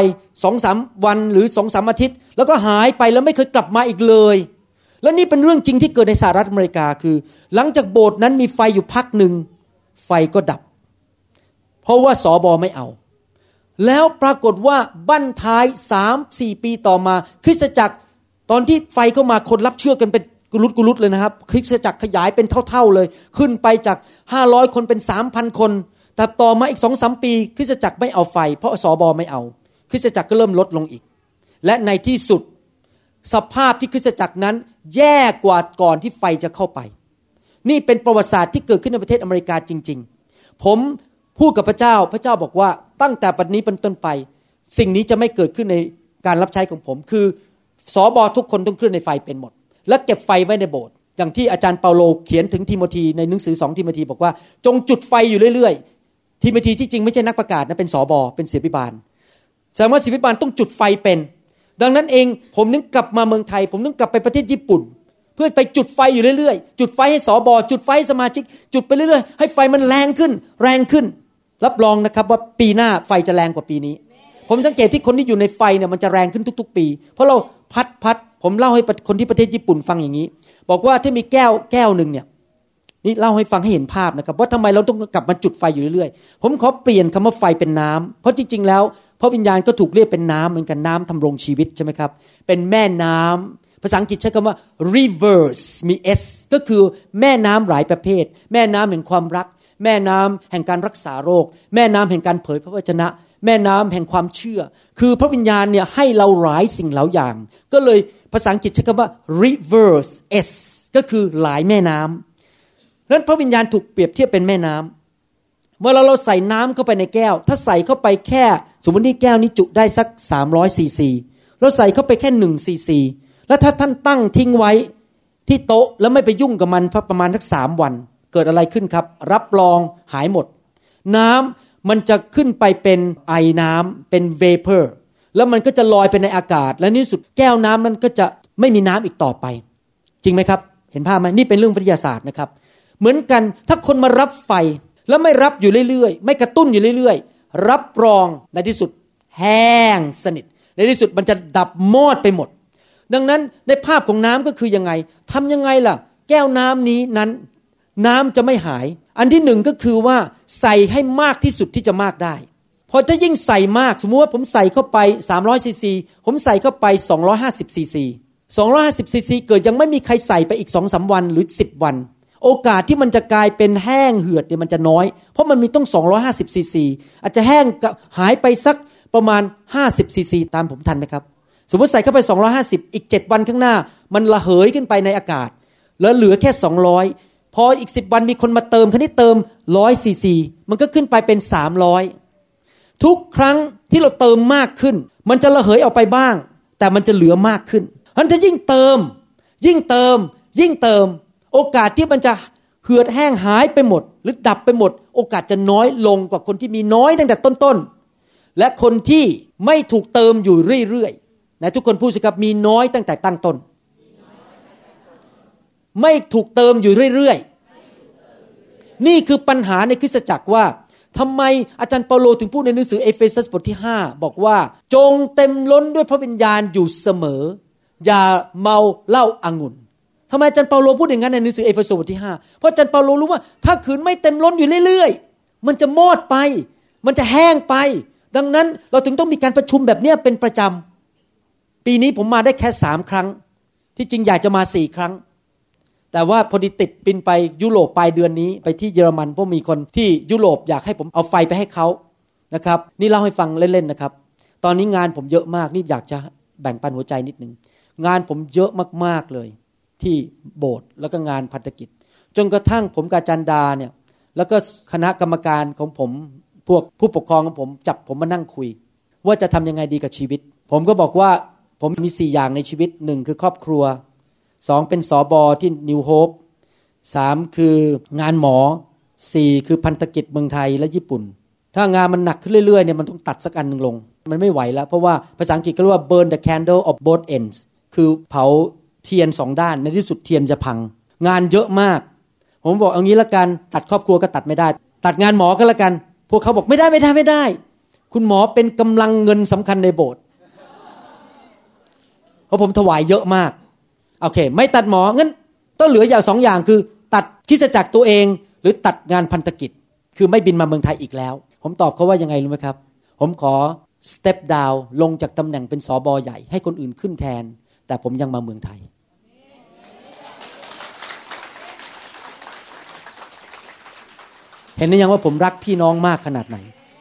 2-3 วันหรือ 2-3 อาทิตย์แล้วก็หายไปแล้วไม่เคยกลับมาอีกเลยและนี่เป็นเรื่องจริงที่เกิดในสหรัฐอเมริกาคือหลังจากโบสถ์นั้นมีไฟอยู่พักนึงไฟก็ดับเพราะว่าสบไม่เอาแล้วปรากฏว่าบั้นท้าย 3-4 ปีต่อมาคริสตจักรตอนที่ไฟเข้ามาคนรับเชื่อกันเป็นกุลุตเลยนะครับคริสตจักรขยายเป็นเท่าๆเลยขึ้นไปจาก500คนเป็น 3,000 คนแต่ต่อมาอีก 2-3 ปีคริสตจักรไม่เอาไฟเพราะสบไม่เอาคริสตจักรก็เริ่มลดลงอีกและในที่สุดสภาพที่คริสตจักรนั้นแย่กว่าก่อนที่ไฟจะเข้าไปนี่เป็นประวัติศาสตร์ที่เกิดขึ้นในประเทศอเมริกาจริงๆผมพูดกับพระเจ้าบอกว่าตั้งแต่บัดนี้เป็นต้นไปสิ่งนี้จะไม่เกิดขึ้นในการรับใช้ของผมคือสบทุกคนต้องเคลื่อนในไฟเป็นหมดและเก็บไฟไว้ในโบสถ์อย่างที่อาจารย์เปาโลเขียนถึงทิโมธีในหนังสือ2ทิโมธีบอกว่าจงจุดไฟอยู่เรื่อยๆทิโมธีที่จริงไม่ใช่นักประกาศนะเป็นสบเป็นศิษยาภิบาลแสดงว่าศิษยาภิบาลต้องจุดไฟเป็นดังนั้นเองผมนึกกลับมาเมืองไทยผมนึกกลับไปประเทศญี่ปุ่นเพื่อไปจุดไฟอยู่เรื่อยๆจุดไฟให้สบจุดไฟให้สมาชิกจุดไปเรื่อยๆให้ไฟมันแรงขึ้นรับรองนะครับว่าปีหน้าไฟจะแรงกว่าปีนี้ผมสังเกตที่คนที่อยู่ในไฟเนี่ยมันจะแรงขึ้นทุกๆปีเพราะเราพัดผมเล่าให้คนที่ประเทศญี่ปุ่นฟังอย่างนี้บอกว่าถ้ามีแก้วนึงเนี่ยนี่เล่าให้ฟังให้เห็นภาพนะครับว่าทำไมเราต้องกลับมาจุดไฟอยู่เรื่อยๆผมขอเปลี่ยนคำว่าไฟเป็นน้ำเพราะจริงๆแล้วพระวิญญาณก็ถูกเรียกเป็นน้ำเหมือนกันน้ำทำรงชีวิตใช่ไหมครับเป็นแม่น้ำภาษาอังกฤษใช้คำว่า rivers มี s ก็คือแม่น้ำหลายประเภทแม่น้ำแห่งความรักแม่น้ำแห่งการรักษาโรคแม่น้ำแห่งการเผยพระวจนะแม่น้ำแห่งความเชื่อคือพระวิญญาณเนี่ยให้เราหลายสิ่งหลายอย่างก็เลยภาษาอังกฤษใช้คำว่า rivers s ก็คือหลายแม่น้ำนั้นพระวิญญาณถูกเปรียบเทียบเป็นแม่น้ำเมื่อเราใส่น้ำเข้าไปในแก้วถ้าใส่เข้าไปแค่สมมตินี่แก้วนี้จุได้สัก300ซีซีเราใส่เข้าไปแค่1ซีซีแล้วถ้าท่านตั้งทิ้งไว้ที่โต๊ะแล้วไม่ไปยุ่งกับมันประมาณสัก3วันเกิดอะไรขึ้นครับรับรองหายหมดน้ำมันจะขึ้นไปเป็นไอน้ำเป็น vapor แล้วมันก็จะลอยไปในอากาศและในที่สุดแก้วน้ำนั้นก็จะไม่มีน้ำอีกต่อไปจริงไหมครับเห็นภาพไหมนี่เป็นเรื่องวิทยาศาสตร์นะครับเหมือนกันถ้าคนมารับไฟแล้วไม่รับอยู่เรื่อยๆไม่กระตุ้นอยู่เรื่อยๆรับรองในที่สุดแห้งสนิทในที่สุดมันจะดับมอดไปหมดดังนั้นในภาพของน้ำก็คือยังไงทำยังไงล่ะแก้วน้ำนี้นั้นน้ำจะไม่หายอันที่หนึ่งก็คือว่าใส่ให้มากที่สุดที่จะมากได้พอถ้ายิ่งใส่มากสมมติว่าผมใส่เข้าไป300ซีซีผมใส่เข้าไป250ซีซี250ซีซีเกิดยังไม่มีใครใส่ไปอีก 2-3 วันหรือ10วันโอกาสที่มันจะกลายเป็นแห้งเหือดเนี่ยมันจะน้อยเพราะมันมีต้อง250ซีซีอาจจะแห้งหายไปสักประมาณ50ซีซีตามผมทันไหมครับสมมติใส่เข้าไป250อีก7วันข้างหน้ามันระเหยขึ้นไปในอากาศแล้วเหลือแค่200พออีก10วันมีคนมาเติมคันนี้เติม100ซีซีมันก็ขึ้นไปเป็น300ทุกครั้งที่เราเติมมากขึ้นมันจะระเหยออกไปบ้างแต่มันจะเหลือมากขึ้นมันจะยิ่งเติมโอกาสที่มันจะเหือดแห้งหายไปหมดหรือดับไปหมดโอกาสจะน้อยลงกว่าคนที่มีน้อยตั้งแต่ต้นๆและคนที่ไม่ถูกเติมอยู่เรื่อยๆนะทุกคนพูดสิครับมีน้อยตั้งแต่ตั้งต้นไม่ถูกเติมอยู่เรื่อยๆนี่คือปัญหาในคริสตจักรว่าทำไมอาจารย์เปาโลถึงพูดในหนังสือเอเฟซัสบทที่5บอกว่าจงเต็มล้นด้วยพระวิญญาณอยู่เสมออย่าเมาเหล้าองุ่นทำไมอาจารย์เปาโลพูดอย่างนั้นในหนังสือเอเฟซัสบทที่5เพราะอาจารย์เปาโลรู้ว่าถ้าขืนไม่เต็มล้นอยู่เรื่อยๆมันจะมอดไปมันจะแห้งไปดังนั้นเราถึงต้องมีการประชุมแบบนี้เป็นประจำปีนี้ผมมาได้แค่3ครั้งที่จริงอยากจะมา4ครั้งแต่ว่าพอดีติดบินไปยุโรปปลายเดือนนี้ไปที่เยอรมันเพราะมีคนที่ยุโรปอยากให้ผมเอาไฟไปให้เขานะครับนี่เล่าให้ฟังเล่นๆนะครับตอนนี้งานผมเยอะมากนี่อยากจะแบ่งปันหัวใจนิดนึงงานผมเยอะมากๆเลยที่โบสถ์แล้วก็งานพันธกิจจนกระทั่งผมกับอาจารย์ดาเนี่ยแล้วก็คณะกรรมการของผมพวกผู้ปกครองของผมจับผมมานั่งคุยว่าจะทำยังไงดีกับชีวิตผมก็บอกว่าผมมี4อย่างในชีวิต1คือครอบครัว2เป็นสบที่นิวโฮป3คืองานหมอ4คือพันธกิจเมืองไทยและญี่ปุ่นถ้างานมันหนักขึ้นเรื่อยๆเนี่ยมันต้องตัดสักอันนึงลงมันไม่ไหวแล้วเพราะว่าภาษาอังกฤษก็เรียกว่า burn the candle of both ends คือเผาเทียน2ด้านในที่สุดเทียนจะพังงานเยอะมากผมบอกเอางี้ละกันตัดครอบครัวก็ตัดไม่ได้ตัดงานหมอก็แล้วกันพวกเขาบอกไม่ได้คุณหมอเป็นกำลังเงินสำคัญในโบสถ์เพราะผมถวายเยอะมากโอเคไม่ตัดหมองั้นต้องเหลืออย่าง2อย่างคือตัดคริสตจักรตัวเองหรือตัดงานพันธกิจคือไม่บินมาเมืองไทยอีกแล้วผมตอบเขาว่ายังไงรู้ไหมครับผมขอ step down ลงจากตำแหน่งเป็นสบใหญ่ให้คนอื่นขึ้นแทนแต่ผมยังมาเมืองไทยเห็นหรือยังว่าผมรักพี่น้องมากขนาดไหน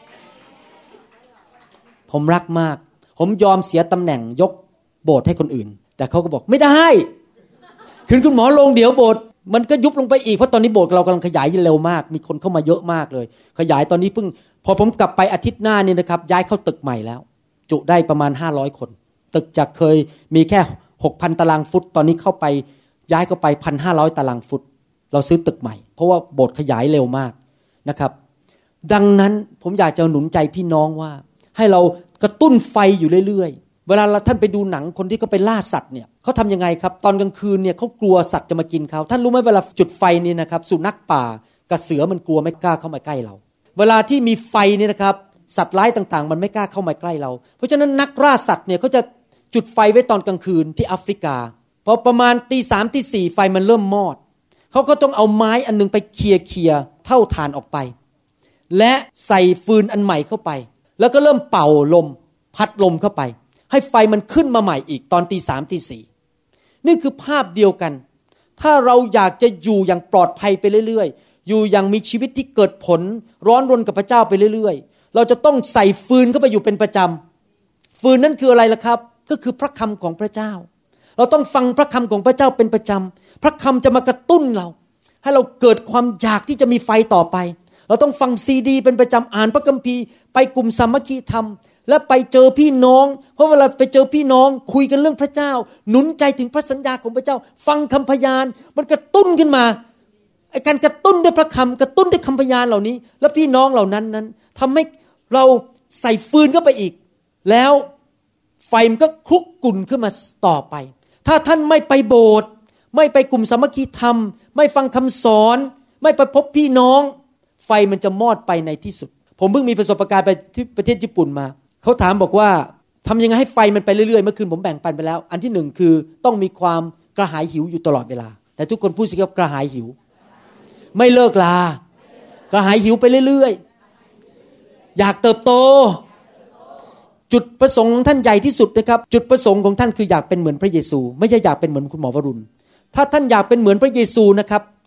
ผมรักมากผมยอมเสียตำแหน่งยกโบสถ์ให้คนอื่นแต่เขาก็บอกไม่ได้คืนคุณหมอลงเดี๋ยวโบสถ์มันก็ยุบลงไปอีกเพราะตอนนี้โบสถ์เรากำลังขยายเร็วมากมีคนเข้ามาเยอะมากเลยขยายตอนนี้เพิ่งพอผมกลับไปอาทิตย์หน้านี่นะครับย้ายเข้าตึกใหม่แล้วจุได้ประมาณ500คนตึกจากเคยมีแค่ 6,000 ตารางฟุตตอนนี้เข้าไปย้ายเข้าไป 1,500 ตารางฟุตเราซื้อตึกใหม่เพราะว่าโบสถ์ขยายเร็วมากนะครับดังนั้นผมอยากจะหนุนใจพี่น้องว่าให้เรากระตุ้นไฟอยู่เรื่อยๆเวลาท่านไปดูหนังคนที่เขาไปล่าสัตว์เนี่ยเขาทำยังไงครับตอนกลางคืนเนี่ยเขากลัวสัตว์จะมากินเขาท่านรู้ไหมเวลาจุดไฟนี่นะครับสุนัขป่ากับเสือมันกลัวไม่กล้าเข้ามาใกล้เราเวลาที่มีไฟนี่นะครับสัตว์ร้ายต่างๆมันไม่กล้าเข้ามาใกล้เราเพราะฉะนั้นนักล่าสัตว์เนี่ยเขาจะจุดไฟไว้ตอนกลางคืนที่แอฟริกาพอประมาณ 3:00 น 4:00 นไฟมันเริ่มมอดเขาก็ต้องเอาไม้อันนึงไปเคลียร์เท่าฐานออกไปและใส่ฟืนอันใหม่เข้าไปแล้วก็เริ่มเป่าลมพัดลมเข้าไปให้ไฟมันขึ้นมาใหม่อีกตอน 3:00 น 4:00 นนี่คือภาพเดียวกันถ้าเราอยากจะอยู่อย่างปลอดภัยไปเรื่อยๆอยู่อย่างมีชีวิตที่เกิดผลร้อนรนกับพระเจ้าไปเรื่อยๆเราจะต้องใส่ฟืนเข้าไปอยู่เป็นประจำฟืนนั้นคืออะไรล่ะครับก็คือพระคำของพระเจ้าเราต้องฟังพระคำของพระเจ้าเป็นประจำพระคำจะมากระตุ้นเราให้เราเกิดความอยากที่จะมีไฟต่อไปเราต้องฟังซีดีเป็นประจำอ่านพระคัมภีร์ไปกลุ่มสามัคคีธรรมและไปเจอพี่น้องเพราะเวลาไปเจอพี่น้องคุยกันเรื่องพระเจ้าหนุนใจถึงพระสัญญาของพระเจ้าฟังคำพยานมันกระตุ้นขึ้นมาไอ้การกระตุ้นด้วยพระคำกระตุ้นด้วยคำพยานเหล่านี้แล้วพี่น้องเหล่านั้นทำให้เราใส่ฟืนเข้าไปอีกแล้วไฟมันก็คลุกกลุ่นขึ้นมาต่อไปถ้าท่านไม่ไปโบสถ์ไม่ไปกลุ่มสามัคคีธรรมไม่ฟังคำสอนไม่ไปพบพี่น้องไฟมันจะมอดไปในที่สุดผมเพิ่งมีประสบการณ์ไปที่ประเทศญี่ปุ่นมาเขาถามบอกว่าทำยังไงให้ไฟมันไปเรื่อยๆเมื่อคืนผมแบ่งปันไปแล้วอันที่1คือต้องมีความกระหายหิวอยู่ตลอดเวลาแต่ทุกคนพูดสิครับกระหายหิวไม่เลิกลากระหายหิวไปเรื่อยๆอยากเติบโตจุดประสงค์ของท่านใหญ่ที่สุดนะครับจุดประสงค์ของท่านคืออยากเป็นเหมือนพระเยซูไม่ใช่อยากเป็นเหมือนคุณหมอวรุณถ้าท่านอยากเป็นเหมือนพระเยซูนะครับ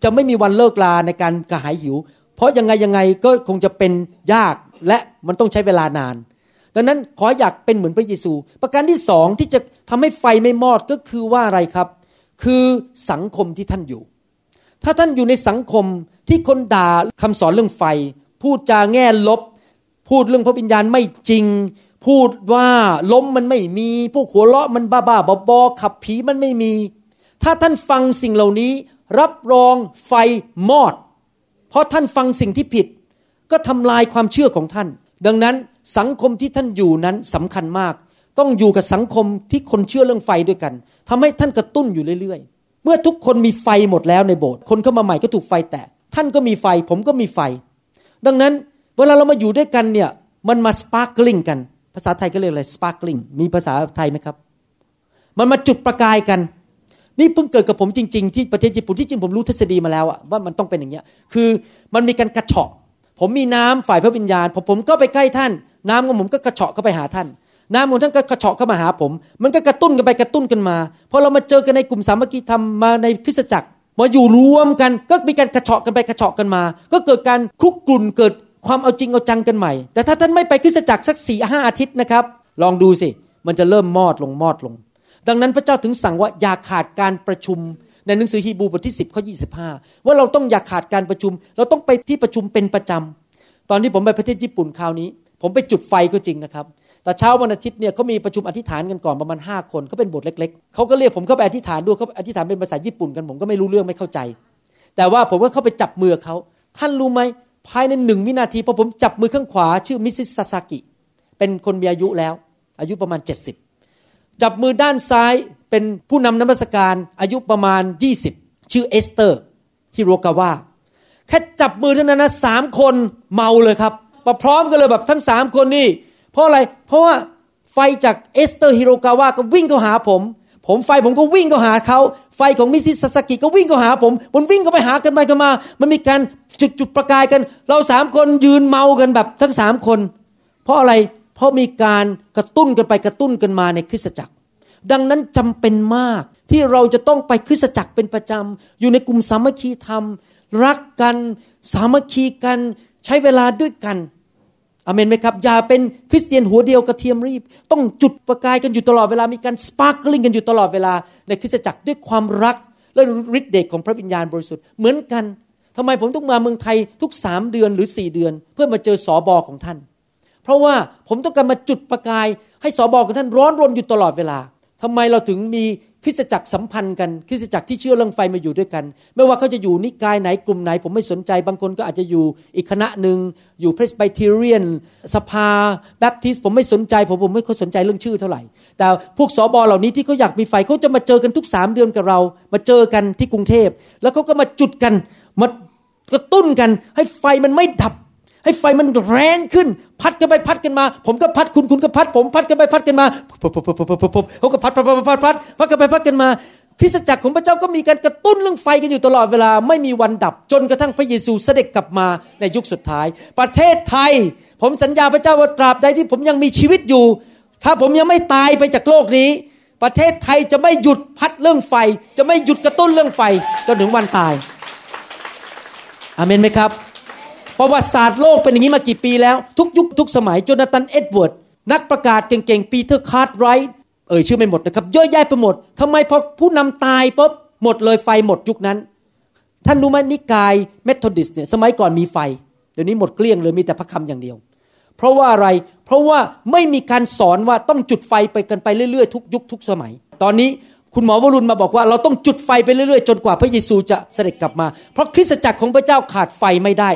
จะไม่มีวันเลิกลาในการกระหายหิวเพราะยังไงก็คงจะเป็นยากและมันต้องใช้เวลานานดังนั้นขออยากเป็นเหมือนพระเยซูประการที่2ที่จะทำให้ไฟไม่มอดก็คือว่าอะไรครับคือสังคมที่ท่านอยู่ถ้าท่านอยู่ในสังคมที่คนด่าคำสอนเรื่องไฟพูดจาแง่ลบพูดเรื่องพระวิญญาณไม่จริงพูดว่าล้มมันไม่มีพวกหัวเราะมันบ้าๆบอๆขับผีมันไม่มีถ้าท่านฟังสิ่งเหล่านี้รับรองไฟมอดเพราะท่านฟังสิ่งที่ผิดก็ทำลายความเชื่อของท่านดังนั้นสังคมที่ท่านอยู่นั้นสำคัญมากต้องอยู่กับสังคมที่คนเชื่อเรื่องไฟด้วยกันทำให้ท่านกระตุ้นอยู่เรื่อยๆเมื่อทุกคนมีไฟหมดแล้วในโบสถ์คนเข้ามาใหม่ก็ถูกไฟแตะท่านก็มีไฟผมก็มีไฟดังนั้นเวลาเรามาอยู่ด้วยกันเนี่ยมันมาสปาร์กลิ่งกันภาษาไทยก็เรียกอะไรสปาร์กลิ่งมีภาษาไทยไหมครับมันมาจุดประกายกันนี่เพิ่งเกิดกับผมจริงๆที่ประเทศญี่ปุ่นที่จริงผมรู้ทฤษฎีมาแล้วว่ามันต้องเป็นอย่างเงี้ยคือมันมีการกระเฉาะผมมีน้ำฝ่ายพระวิญญาณผมก็ไปใกล้ท่านน้ำของผมก็กระเฉาะเข้าไปหาท่านน้ำของท่านก็กระเฉาะเข้ามาหาผมมันก็กระตุ้นกันไปกระตุ้นกันมาพอเรามาเจอกันในกลุ่มสามัคคีธรรมมาในคริสตจักรมาอยู่รวมกันก็มีการกระเฉาะกันไปกระเฉาะกันมาก็เกิดการคุกกลุ่นเกิดความเอาจริงเอาจังกันใหม่แต่ถ้าท่านไม่ไปคริสตจักรสัก 4-5 อาทิตย์นะครับลองดูสิมันจะเริ่มมอดลงดังนั้นพระเจ้าถึงสั่งว่าอย่าขาดการประชุมในหนังสือฮีบรูบทที่10ข้อ25ว่าเราต้องอย่าขาดการประชุมเราต้องไปที่ประชุมเป็นประจำตอนที่ผมไปประเทศญี่ปุ่นคราวนี้ผมไปจุดไฟก็จริงนะครับแต่เช้าวันอาทิตย์เนี่ยเขามีประชุมอธิษฐานกันก่อนประมาณ5คนเขาเป็นโบสถ์เล็กๆเขาก็เรียกผมเข้าไปอธิษฐานด้วยเขาอธิษฐานเป็นภาษาญี่ปุ่นกันผมก็ไม่รู้เรื่องไม่เข้าใจแต่ว่าผมก็เข้าไปจับมือเขาท่านรู้ไหมภายใน1 วินาทีพอผมจับมือข้างขวาชื่อมิสซิสซาซากิเป็นคนมีอายุแล้วอายุประมาณ70จับมือด้านซ้ายเป็นผู้นำนมัสการอายุประมาณ20ชื่อเอสเตอร์ฮิโรกาวะแค่จับมือเท่านั้นนะ3คนเมาเลยครับมาพร้อมกันเลยแบบทั้ง3คนนี่เพราะอะไรเพราะว่าไฟจากเอสเตอร์ฮิโรกาวะก็วิ่งเข้าหาผมไฟผมก็วิ่งเข้าหาเขาไฟของมิสซิสซาซากิก็วิ่งเข้าหาผมวิ่งเข้าไปหากันไปกันมามันมีการจุดประกายกันเรา3คนยืนเมากันแบบทั้ง3คนเพราะอะไรเพราะมีการกระตุ้นกันไปกระตุ้นกันมาในคริสตจักรดังนั้นจำเป็นมากที่เราจะต้องไปคริสตจักรเป็นประจำอยู่ในกลุ่มสามัคคีธรรมรักกันสามัคคีกันใช้เวลาด้วยกันอาเมนไหมครับอย่าเป็นคริสเตียนหัวเดียวกระเทียมรีบต้องจุดประกายกันอยู่ตลอดเวลามีการสปาร์กลิ่งกันอยู่ตลอดเวลาในคริสตจักรด้วยความรักและฤทธิ์เดชของพระวิญญาณบริสุทธิ์เหมือนกันทำไมผมต้องมาเมืองไทยทุก3เดือนหรือ4เดือนเพื่อมาเจอสบของท่านเพราะว่าผมต้องการมาจุดประกายให้สบของท่านร้อนรนอยู่ตลอดเวลาทำไมเราถึงมีคริสตจักรสัมพันธ์กันคริสตจักรที่เชื่อเรื่องไฟมาอยู่ด้วยกันไม่ว่าเขาจะอยู่นิกายไหนกลุ่มไหนผมไม่สนใจบางคนก็อาจจะอยู่อีกคณะนึงอยู่เพรสไบเทเรียนสภาแบปทิสต์ผมไม่สนใจผมไม่ค่อยสนใจเรื่องชื่อเท่าไหร่แต่พวกสบเหล่านี้ที่เขาอยากมีไฟเขาจะมาเจอกันทุก3เดือนกับเรามาเจอกันที่กรุงเทพแล้วเขาก็มาจุดกันมากระตุ้นกันให้ไฟมันไม่ดับให้ไฟมันแรงขึ้นพัดกันไปพัดกันมาผมก็พัดคุณก็พัดผมพัดกันไปพัดกันมาเขาก็พัดกันไปพัดกันมาคริสตจักรของพระเจ้าก็มีการกระตุ้นเรื่องไฟกันอยู่ตลอดเวลาไม่มีวันดับจนกระทั่งพระเยซูเสด็จกลับมาในยุคสุดท้ายประเทศไทยผมสัญญาพระเจ้าว่าตราบใดที่ผมยังมีชีวิตอยู่ถ้าผมยังไม่ตายไปจากโลกนี้ประเทศไทยจะไม่หยุดพัดเรื่องไฟจะไม่หยุดกระตุ้นเรื่องไฟจนถึงวันตายอาเมนไหมครับประวัติศาสตร์โลกเป็นอย่างนี้มากี่ปีแล้วทุกยุคทุกสมัยโจนาธานเอ็ดเวิร์ดนักประกาศเก่งๆปีเตอร์คาร์ทไรท์ชื่อไม่หมดนะครับเยอะแยะไปหมดทำไมพอผู้นำตายปุ๊บหมดเลยไฟหมดยุคนั้นท่านรู้ไหมนิกายเมธอดิสต์เนี่ยสมัยก่อนมีไฟเดี๋ยวนี้หมดเกลี้ยงเลยมีแต่พระคำอย่างเดียวเพราะว่าอะไรเพราะว่าไม่มีการสอนว่าต้องจุดไฟไปกันไปเรื่อยๆทุกยุคทุกสมัยตอนนี้คุณหมอวรุณมาบอกว่าเราต้องจุดไฟไปเรื่อยๆจนกว่าพระเยซูจะเสด็จกลับมาเพราะคริสตจักรของพระเจ้าขาดไฟไม่ได้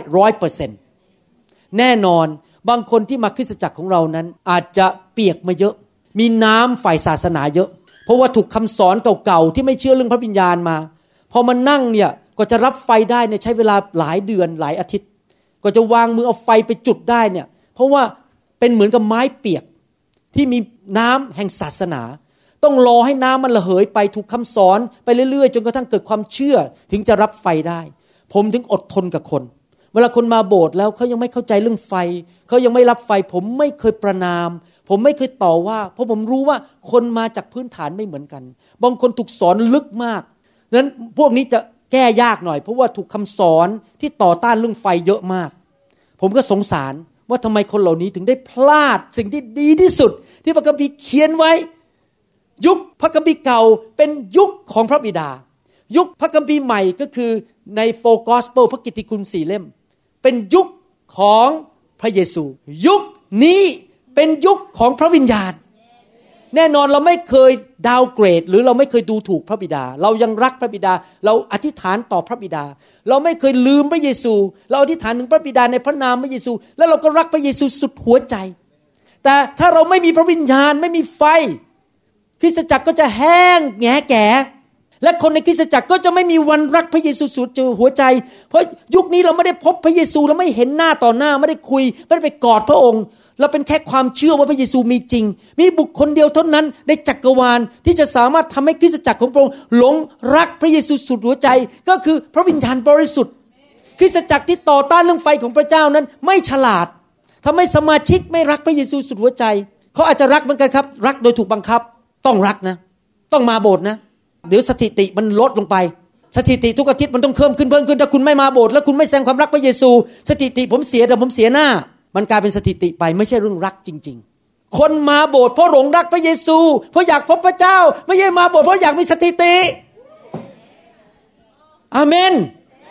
100% แน่นอนบางคนที่มาคริสตจักรของเรานั้นอาจจะเปียกมาเยอะมีน้ำฝ่ายศาสนาเยอะเพราะว่าถูกคำสอนเก่าๆที่ไม่เชื่อเรื่องพระวิญญาณมาพอมานั่งเนี่ยก็จะรับไฟได้เนี่ยใช้เวลาหลายเดือนหลายอาทิตย์ก็จะวางมือเอาไฟไปจุดได้เนี่ยเพราะว่าเป็นเหมือนกับไม้เปียกที่มีน้ำแห่งศาสนาต้องรอให้น้ำมันระเหยไปถูกคำสอนไปเรื่อยๆจนกระทั่งเกิดความเชื่อถึงจะรับไฟได้ผมถึงอดทนกับคนเวลาคนมาโบสถ์แล้วเขายังไม่เข้าใจเรื่องไฟเขายังไม่รับไฟผมไม่เคยประณามผมไม่เคยต่อว่าเพราะผมรู้ว่าคนมาจากพื้นฐานไม่เหมือนกันบางคนถูกสอนลึกมากนั้นพวกนี้จะแก้ยากหน่อยเพราะว่าถูกคำสอนที่ต่อต้านเรื่องไฟเยอะมากผมก็สงสารว่าทำไมคนเหล่านี้ถึงได้พลาดสิ่งที่ดีที่สุดที่พระคัมภีร์เขียนไว้ยุคพระคัมภีร์เก่าเป็นยุคของพระบิดายุคพระคัมภีร์ใหม่ก็คือในโฟร์กอสเปลพระกิตติคุณ4เล่มเป็นยุคของพระเยซูยุคนี้เป็นยุคของพระวิญญาณแน่นอนเราไม่เคยดาวเกรดหรือเราไม่เคยดูถูกพระบิดาเรายังรักพระบิดาเราอธิษฐานต่อพระบิดาเราไม่เคยลืมพระเยซูเราอธิษฐานถึงพระบิดาในพระนามพระเยซูแล้วเราก็รักพระเยซูสุดหัวใจแต่ถ้าเราไม่มีพระวิญญาณไม่มีไฟคริสตจักรก็จะแห้งแง่แก่และคนในคริสตจักรก็จะไม่มีวันรักพระเยซูสุดหัวใจเพราะยุคนี้เราไม่ได้พบพระเยซูเราไม่เห็นหน้าต่อหน้าไม่ได้คุยไม่ได้ไปกอดพระองค์เราเป็นแค่ความเชื่อว่าพระเยซูมีจริงมีบุคคลเดียวเท่านั้นในจักรวาลที่จะสามารถทำให้คริสตจักรของพระองค์หลงรักพระเยซูสุดหัวใจก็คือพระวิญญาณบริสุทธิ์คริสตจักรที่ต่อต้านเรื่องไฟของพระเจ้านั้นไม่ฉลาดทำให้สมาชิกไม่รักพระเยซูสุดหัวใจเขาอาจจะรักเหมือนกันครับรักโดยถูกบังคับต้องรักนะต้องมาโบสถ์นะเดี๋ยวสถิติมันลดลงไปสถิติทุกอาทิตย์มันต้องเพิ่มขึ้นถ้าคุณไม่มาโบสถ์แล้วคุณไม่แสดงความรักพระเยซูสถิติผมเสียแต่ผมเสียหน้ามันกลายเป็นสถิติไปไม่ใช่เรื่องรักจริงๆคนมาโบสถ์เพราะหลงรักพระเยซูเพราะอยากพบพระเจ้าไม่ใช่มาโบสถ์เพราะอยากมีสถิติอาเมน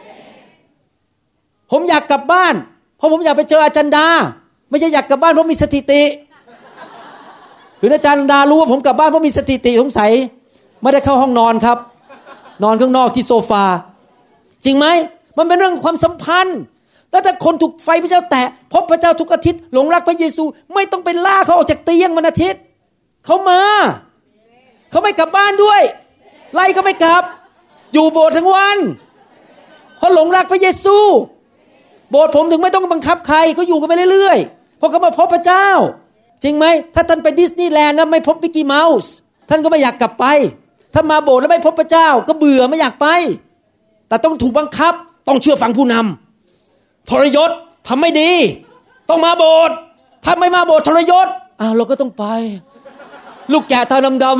ผมอยากกลับบ้านเพราะผมอยากไปเจออาจารย์ดาไม่ใช่อยากกลับบ้านเพราะมีสถิติคืออาจารย์ดารู้ว่าผมกลับบ้านเพราะมีสถิติสงสัยไม่ได้เข้าห้องนอนครับนอนข้างนอกที่โซฟาจริงไหมมันเป็นเรื่องความสัมพันธ์แล้วถ้าคนถูกไฟพระเจ้าแตะพบพระเจ้าทุกอาทิตย์หลงรักพระเยซูไม่ต้องไปล่าเขาออกจากเตียงวันอาทิตย์เขามาเขาไม่กลับบ้านด้วยไล่เขาไม่กลับอยู่โบสถ์ทั้งวันเพราะหลงรักพระเยซูโบสถ์ผมถึงไม่ต้องบังคับใครเขาอยู่กันไปเรื่อยๆเพราะเขามาพบพระเจ้าจริงไหมถ้าท่านไปดิสนีย์แลนด์แล้วไม่พบมิกกี้เมาส์ท่านก็ไม่อยากกลับไปถ้ามาโบสถ์แล้วไม่พบพระเจ้าก็เบื่อไม่อยากไปแต่ต้องถูกบังคับต้องเชื่อฟังผู้นำทรยศทำไม่ดีต้องมาโบสถ์ถ้าไม่มาโบสถ์ทรยศเราก็ต้องไปลูกแกะตาดำๆ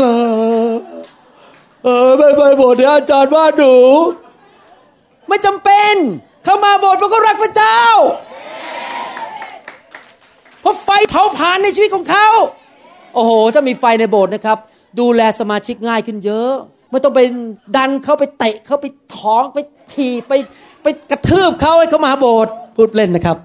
ไม่ไปโบสถ์เดี๋ยวอาจารย์ว่าหนูไม่จำเป็นเข้ามาโบสถ์เพราะเขารักพระเจ้าเพราะไฟเผาผลาญในชีวิตของเขาโอ้โหถ้ามีไฟในโบสถ์นะครับดูแลสมาชิกง่ายขึ้นเยอะไม่ต้องไปดันเขาไปเตะเขาไปท้องไปถีบไปกระทืบเขาให้เขามาโบสถ์พูดเล่นนะครับ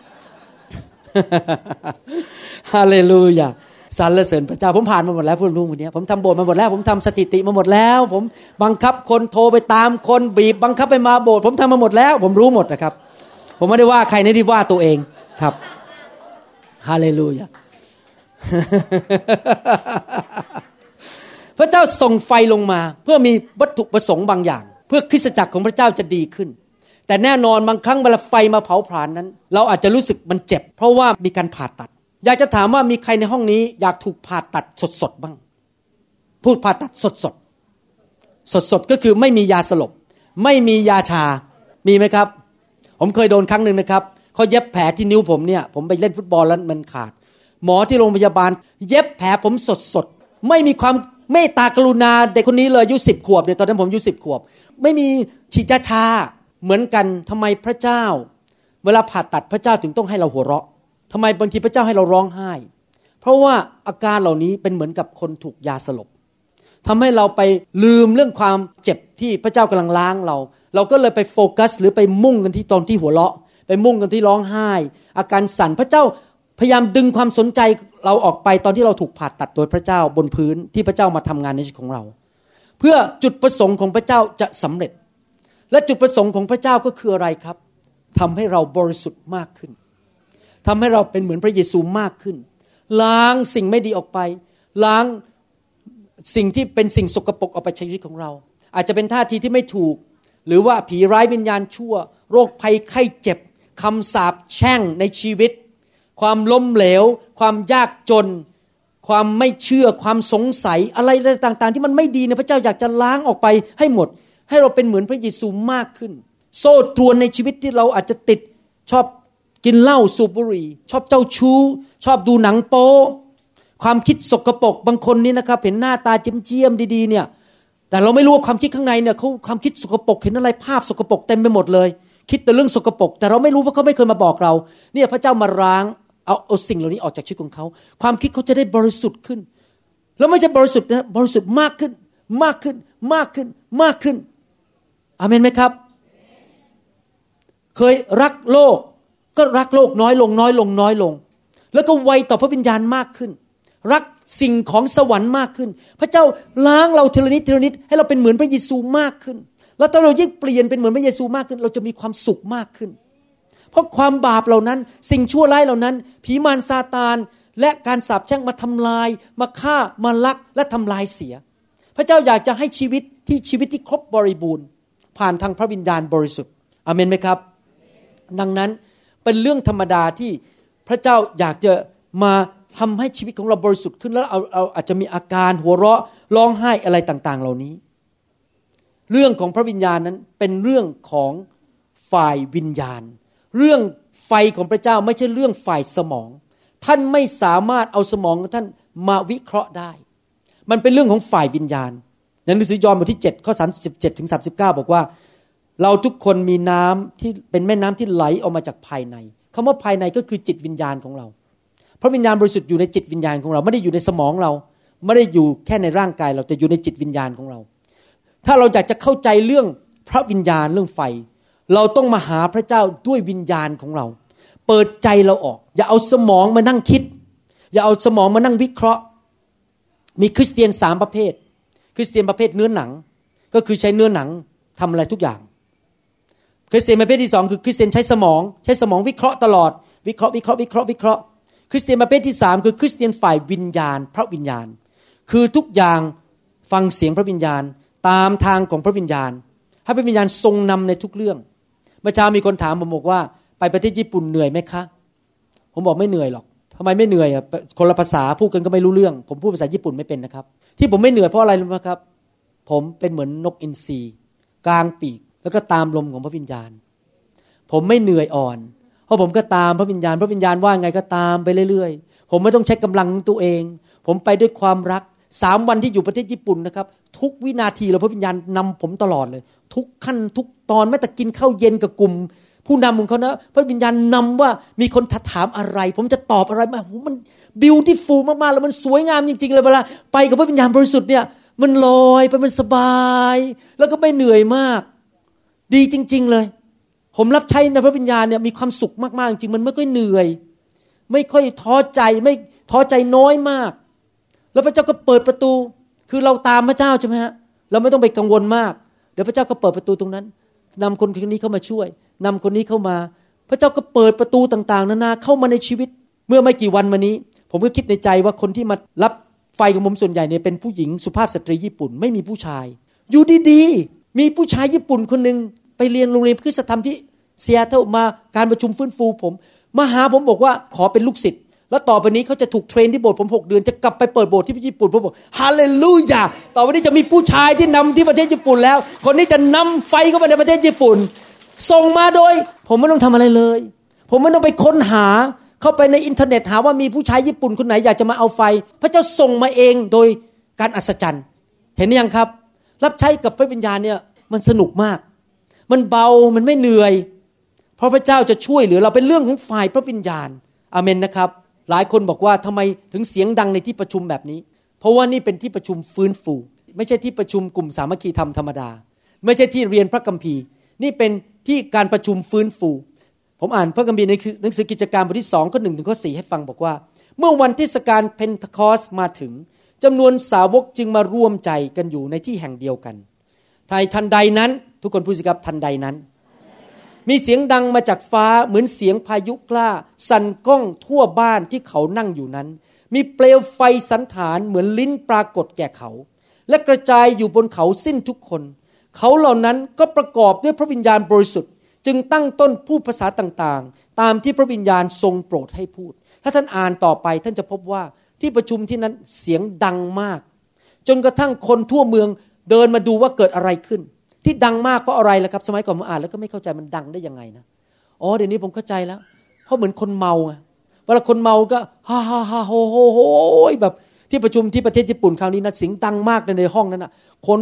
ฮาเลลูยาสรรเสริญพระเจ้าผมผ่านมาหมดแล้วพูดรุ่งวันนี้ผมทำโบสถ์มาหมดแล้วผมทำสถิติมาหมดแล้วผมบังคับคนโทรไปตามคนบีบบังคับไปมาโบสถ์ผมทำมาหมดแล้วผมรู้หมดนะครับผมไม่ได้ว่าใครนะที่ว่าตัวเองครับฮาเลลูยา พระเจ้าส่งไฟลงมาเพื่อมีวัตถุประสงค์บางอย่างเพื่อคริสตจักรของพระเจ้าจะดีขึ้นแต่แน่นอนบางครั้งเวลาไฟมาเผาผลาญนั้นเราอาจจะรู้สึกมันเจ็บเพราะว่ามีการผ่าตัดอยากจะถามว่ามีใครในห้องนี้อยากถูกผ่าตัดสดๆบ้างพูดผ่าตัดสดก็คือไม่มียาสลบไม่มียาชามีไหมครับผมเคยโดนครั้งนึงนะครับเขาเย็บแผลที่นิ้วผมเนี่ยผมไปเล่นฟุตบอลแล้วมันขาดหมอที่โรงพยาบาลเย็บแผลผมสดไม่มีความเมตตากรุณาเด็กคนนี้เลยอายุ10 ขวบเนี่ยตอนนั้นผมอายุ10 ขวบไม่มีฉีดยาชาเหมือนกันทำไมพระเจ้าเวลาผ่าตัดพระเจ้าถึงต้องให้เราหัวเราะทำไมบางทีพระเจ้าให้เราร้องไห้เพราะว่าอาการเหล่านี้เป็นเหมือนกับคนถูกยาสลบทำให้เราไปลืมเรื่องความเจ็บที่พระเจ้ากำลังล้างเราก็เลยไปโฟกัสหรือไปมุ่งกันที่ตอนที่หัวเราะไปมุ่งกันที่ร้องไห้อาการสั่นพระเจ้าพยายามดึงความสนใจเราออกไปตอนที่เราถูกผ่าตัดโดยพระเจ้าบนพื้นที่พระเจ้ามาทำงานในชีวิตของเราเพื่อจุดประสงค์ของพระเจ้าจะสำเร็จและจุดประสงค์ของพระเจ้าก็คืออะไรครับทำให้เราบริสุทธิ์มากขึ้นทำให้เราเป็นเหมือนพระเยซูมากขึ้นล้างสิ่งไม่ดีออกไปล้างสิ่งที่เป็นสิ่งสกปรกออกไปจากชีวิตของเราอาจจะเป็นท่าทีที่ไม่ถูกหรือว่าผีร้ายวิญญาณชั่วโรคภัยไข้เจ็บคำสาปแช่งในชีวิตความล้มเหลวความยากจนความไม่เชื่อความสงสัยอะไรต่างๆที่มันไม่ดีเนี่ยพระเจ้าอยากจะล้างออกไปให้หมดให้เราเป็นเหมือนพระเยซูมากขึ้นโซ่ตรวนในชีวิตที่เราอาจจะติดชอบกินเหล้าสูบบุหรี่ชอบเจ้าชู้ชอบดูหนังโป๊ความคิดสกปรกบางคนนี่นะครับเห็นหน้าตาเจียมๆดีๆเนี่ยแแต่เราไม่รู้ว่าความคิดข้างในเนี่ยเขาความคิดสกปรกเห็นอะไรภาพสกปรกเต็มไปหมดเลยคิดแต่เรื่องสกปรกแต่เราไม่รู้เพราะเขาไม่เคยมาบอกเราเนี่ยพระเจ้ามาล้างเอาสิ่งเหล่านี้ออกจากชีวิตของเขาความคิดเขาจะได้บริสุทธิ์ขึ้นแล้วไม่ใช่บริสุทธิ์นะบริสุทธิ์มากขึ้นมากขึ้นมากขึ้นมากขึ้นอาเมนไหมครับเคยรักโลกก็รักโลกน้อยลงน้อยลงน้อยลงแล้วก็ไวต่อพระวิญญาณมากขึ้นรักสิ่งของสวรรค์มากขึ้นพระเจ้าล้างเราทีละนิดทีละนิดให้เราเป็นเหมือนพระเยซูมากขึ้นแล้วถ้าเรายิ่งเปลี่ยนเป็นเหมือนพระเยซูมากขึ้นเราจะมีความสุขมากขึ้นเพราะความบาปเหล่านั้นสิ่งชั่วร้ายเหล่านั้นผีมารซาตานและการสาปแช่งมาทำลายมาฆ่ามาลักและทำลายเสียพระเจ้าอยากจะให้ชีวิตที่ครบบริบูรณ์ผ่านทางพระวิญญาณบริสุทธิ์อาเมนไหมครับดังนั้นเป็นเรื่องธรรมดาที่พระเจ้าอยากจะมาทำให้ชีวิตของเราบริสุทธิ์ขึ้นแล้วเอาอาจจะมีอาการหัวเราะร้องไห้อะไรต่างๆเหล่านี้เรื่องของพระวิญญาณนั้นเป็นเรื่องของฝ่ายวิญญาณเรื่องไฟของพระเจ้าไม่ใช่เรื่องฝ่ายสมองท่านไม่สามารถเอาสมองของท่านมาวิเคราะห์ได้มันเป็นเรื่องของฝ่ายวิญญาณในหนังสือยอห์นบทที่7ข้อ37ถึง39บอกว่าเราทุกคนมีน้ำที่เป็นแม่น้ำที่ไหลออกมาจากภายในคำว่าภายในก็คือจิตวิญญาณของเราพระวิญญาณบริสุทธิ์อยู่ในจิตวิญญาณของเราไม่ได้อยู่ในสมองเราไม่ได้อยู่แค่ในร่างกายเราแต่อยู่ในจิตวิญญาณของเราถ้าเราอยากจะเข้าใจเรื่องพระวิญญาณเรื่องไฟเราต้องมาหาพระเจ้าด้วยวิญญาณของเราเปิดใจเราออกอย่าเอาสมองมานั่งคิดอย่าเอาสมองมานั่งวิเคราะห์มีคริสเตียน3ประเภทคริสเตียนประเภทเนื้อหนังก็คือใช้เนื้อหนังทำอะไรทุกอย่างคริสเตียนประเภทที่2คือคริสเตียนใช้สมองวิเคราะห์ตลอดวิเคราะห์คริสเตียนประเภทที่3คือคริสเตียนฝ่ายวิญญาณพระวิญญาณคือทุกอย่างฟังเสียงพระวิญญาณตามทางของพระวิญญาณให้พระวิญญาณทรงนำในทุกเรื่องเมื่อเช้ามีคนถามผมบอกว่าไปประเทศญี่ปุ่นเหนื่อยไหมคะผมบอกไม่เหนื่อยหรอกทำไมไม่เหนื่อยอ่ะคนละภาษาพูดกันก็ไม่รู้เรื่องผมพูดภาษาญี่ปุ่นไม่เป็นนะครับที่ผมไม่เหนื่อยเพราะอะไรรู้ไหมครับผมเป็นเหมือนนกอินทรีกลางปีกแล้วก็ตามลมของพระวิญญาณผมไม่เหนื่อยอ่อนเพราะผมก็ตามพระวิญญาณว่าไงก็ตามไปเรื่อยๆผมไม่ต้องใช้กำลังตัวเองผมไปด้วยความรัก3วันที่อยู่ประเทศญี่ปุ่นนะครับทุกวินาทีเลยพระวิญญาณนำผมตลอดเลยทุกขั้นทุกตอนแม้แต่กินข้าวเย็นกับกลุ่มผู้นำของเขานะพระวิญญาณนำว่ามีคนถามอะไรผมจะตอบอะไรมามันบิวตี้ฟูลมากๆแล้วมันสวยงามจริงๆเลยเวลาไปกับพระวิญญาณบริสุทธิ์เนี่ยมันลอยไปมันสบายแล้วก็ไม่เหนื่อยมากดีจริงๆเลยผมรับใช้ในพระวิญญาณเนี่ยมีความสุขมากๆจริงมันไม่ค่อยเหนื่อยไม่ค่อยท้อใจไม่ท้อใจน้อยมากแล้วพระเจ้าก็เปิดประตูคือเราตามพระเจ้าใช่ไหมฮะเราไม่ต้องไปกังวลมากเดี๋ยวพระเจ้าก็เปิดประตูตรงนั้นนำคนนี้เข้ามาช่วยนำคนนี้เข้ามาพระเจ้าก็เปิดประตูต่างๆนานาเข้ามาในชีวิตเมื่อไม่กี่วันมานี้ผมก็คิดในใจว่าคนที่มารับไฟของผมส่วนใหญ่เนี่ยเป็นผู้หญิงสุภาพสตรีญี่ปุ่นไม่มีผู้ชายอยู่ดีๆมีผู้ชายญี่ปุ่นคนนึงไปเรียนโรงเรียนคริสตธรรมที่ซีแอตเทิลมาการประชุมฟื้นฟูผมมาหาผมบอกว่าขอเป็นลูกศิษย์แล้วต่อไปนี้เขาจะถูกเทรนที่โบสถ์ผม6 เดือนจะกลับไปเปิดโบสถ์ที่ญี่ปุ่นผมบอกฮาเลลูยาต่อไปนี้จะมีผู้ชายที่นำที่ประเทศญี่ปุ่นแล้วคนนี้จะนำไฟเข้าไปในประเทศญี่ปุ่นส่งมาโดยผมไม่ต้องทำอะไรเลยผมไม่ต้องไปค้นหาเข้าไปในอินเทอร์เน็ตหาว่ามีผู้ชายญี่ปุ่นคนไหนอยากจะมาเอาไฟพระเจ้าส่งมาเองโดยการอัศจรรย์เห็นหรือยังครับรับใช้กับพระวิญญาณเนี่ยมันสนุกมากมันเบามันไม่เหนื่อยเพราะพระเจ้าจะช่วยเหลือเราเป็นเรื่องของฝ่ายพระวิญญาณอาเมนนะครับหลายคนบอกว่าทำไมถึงเสียงดังในที่ประชุมแบบนี้เพราะว่านี่เป็นที่ประชุมฟื้นฟูไม่ใช่ที่ประชุมกลุ่มสามัคคีธรรมธรรมดาไม่ใช่ที่เรียนพระคัมภีร์นี่เป็นที่การประชุมฟื้นฟูผมอ่านพระคัมภีร์ในหนังสือกิจการบทที่2ข้อ1ถึงข้อ4ให้ฟังบอกว่าเมื่อวันเทศกาลเพนทคอสมาถึงจำนวนสาวกจึงมาร่วมใจกันอยู่ในที่แห่งเดียวกันทันใดนั้นทุกคนพูดสิครับทันใดนั้นมีเสียงดังมาจากฟ้าเหมือนเสียงพายุกล้าสั่นก้องทั่วบ้านที่เขานั่งอยู่นั้นมีเปลวไฟสันฐานเหมือนลิ้นปรากฏแก่เขาและกระจายอยู่บนเขาสิ้นทุกคนเขาเหล่านั้นก็ประกอบด้วยพระวิญญาณบริสุทธิ์จึงตั้งต้นพูดภาษาต่างๆตามที่พระวิญญาณทรงโปรดให้พูดถ้าท่านอ่านต่อไปท่านจะพบว่าที่ประชุมที่นั้นเสียงดังมากจนกระทั่งคนทั่วเมืองเดินมาดูว่าเกิดอะไรขึ้นที่ดังมากเพราะอะไรล่ะครับสมัยก่อนผมอ่านแล้วก็ไม่เข้าใจมันดังได้ยังไงนะอ๋อเดี๋ยวนี้ผมเข้าใจแล้วเพราะเหมือนคนเมาไงเวลาคนเมาก็ฮ่าฮ่าฮ่าโฮโฮโฮแบบที่ประชุมที่ประเทศญี่ปุ่นคราวนี้นะเสียงดังมากในห้องนั้นนะคน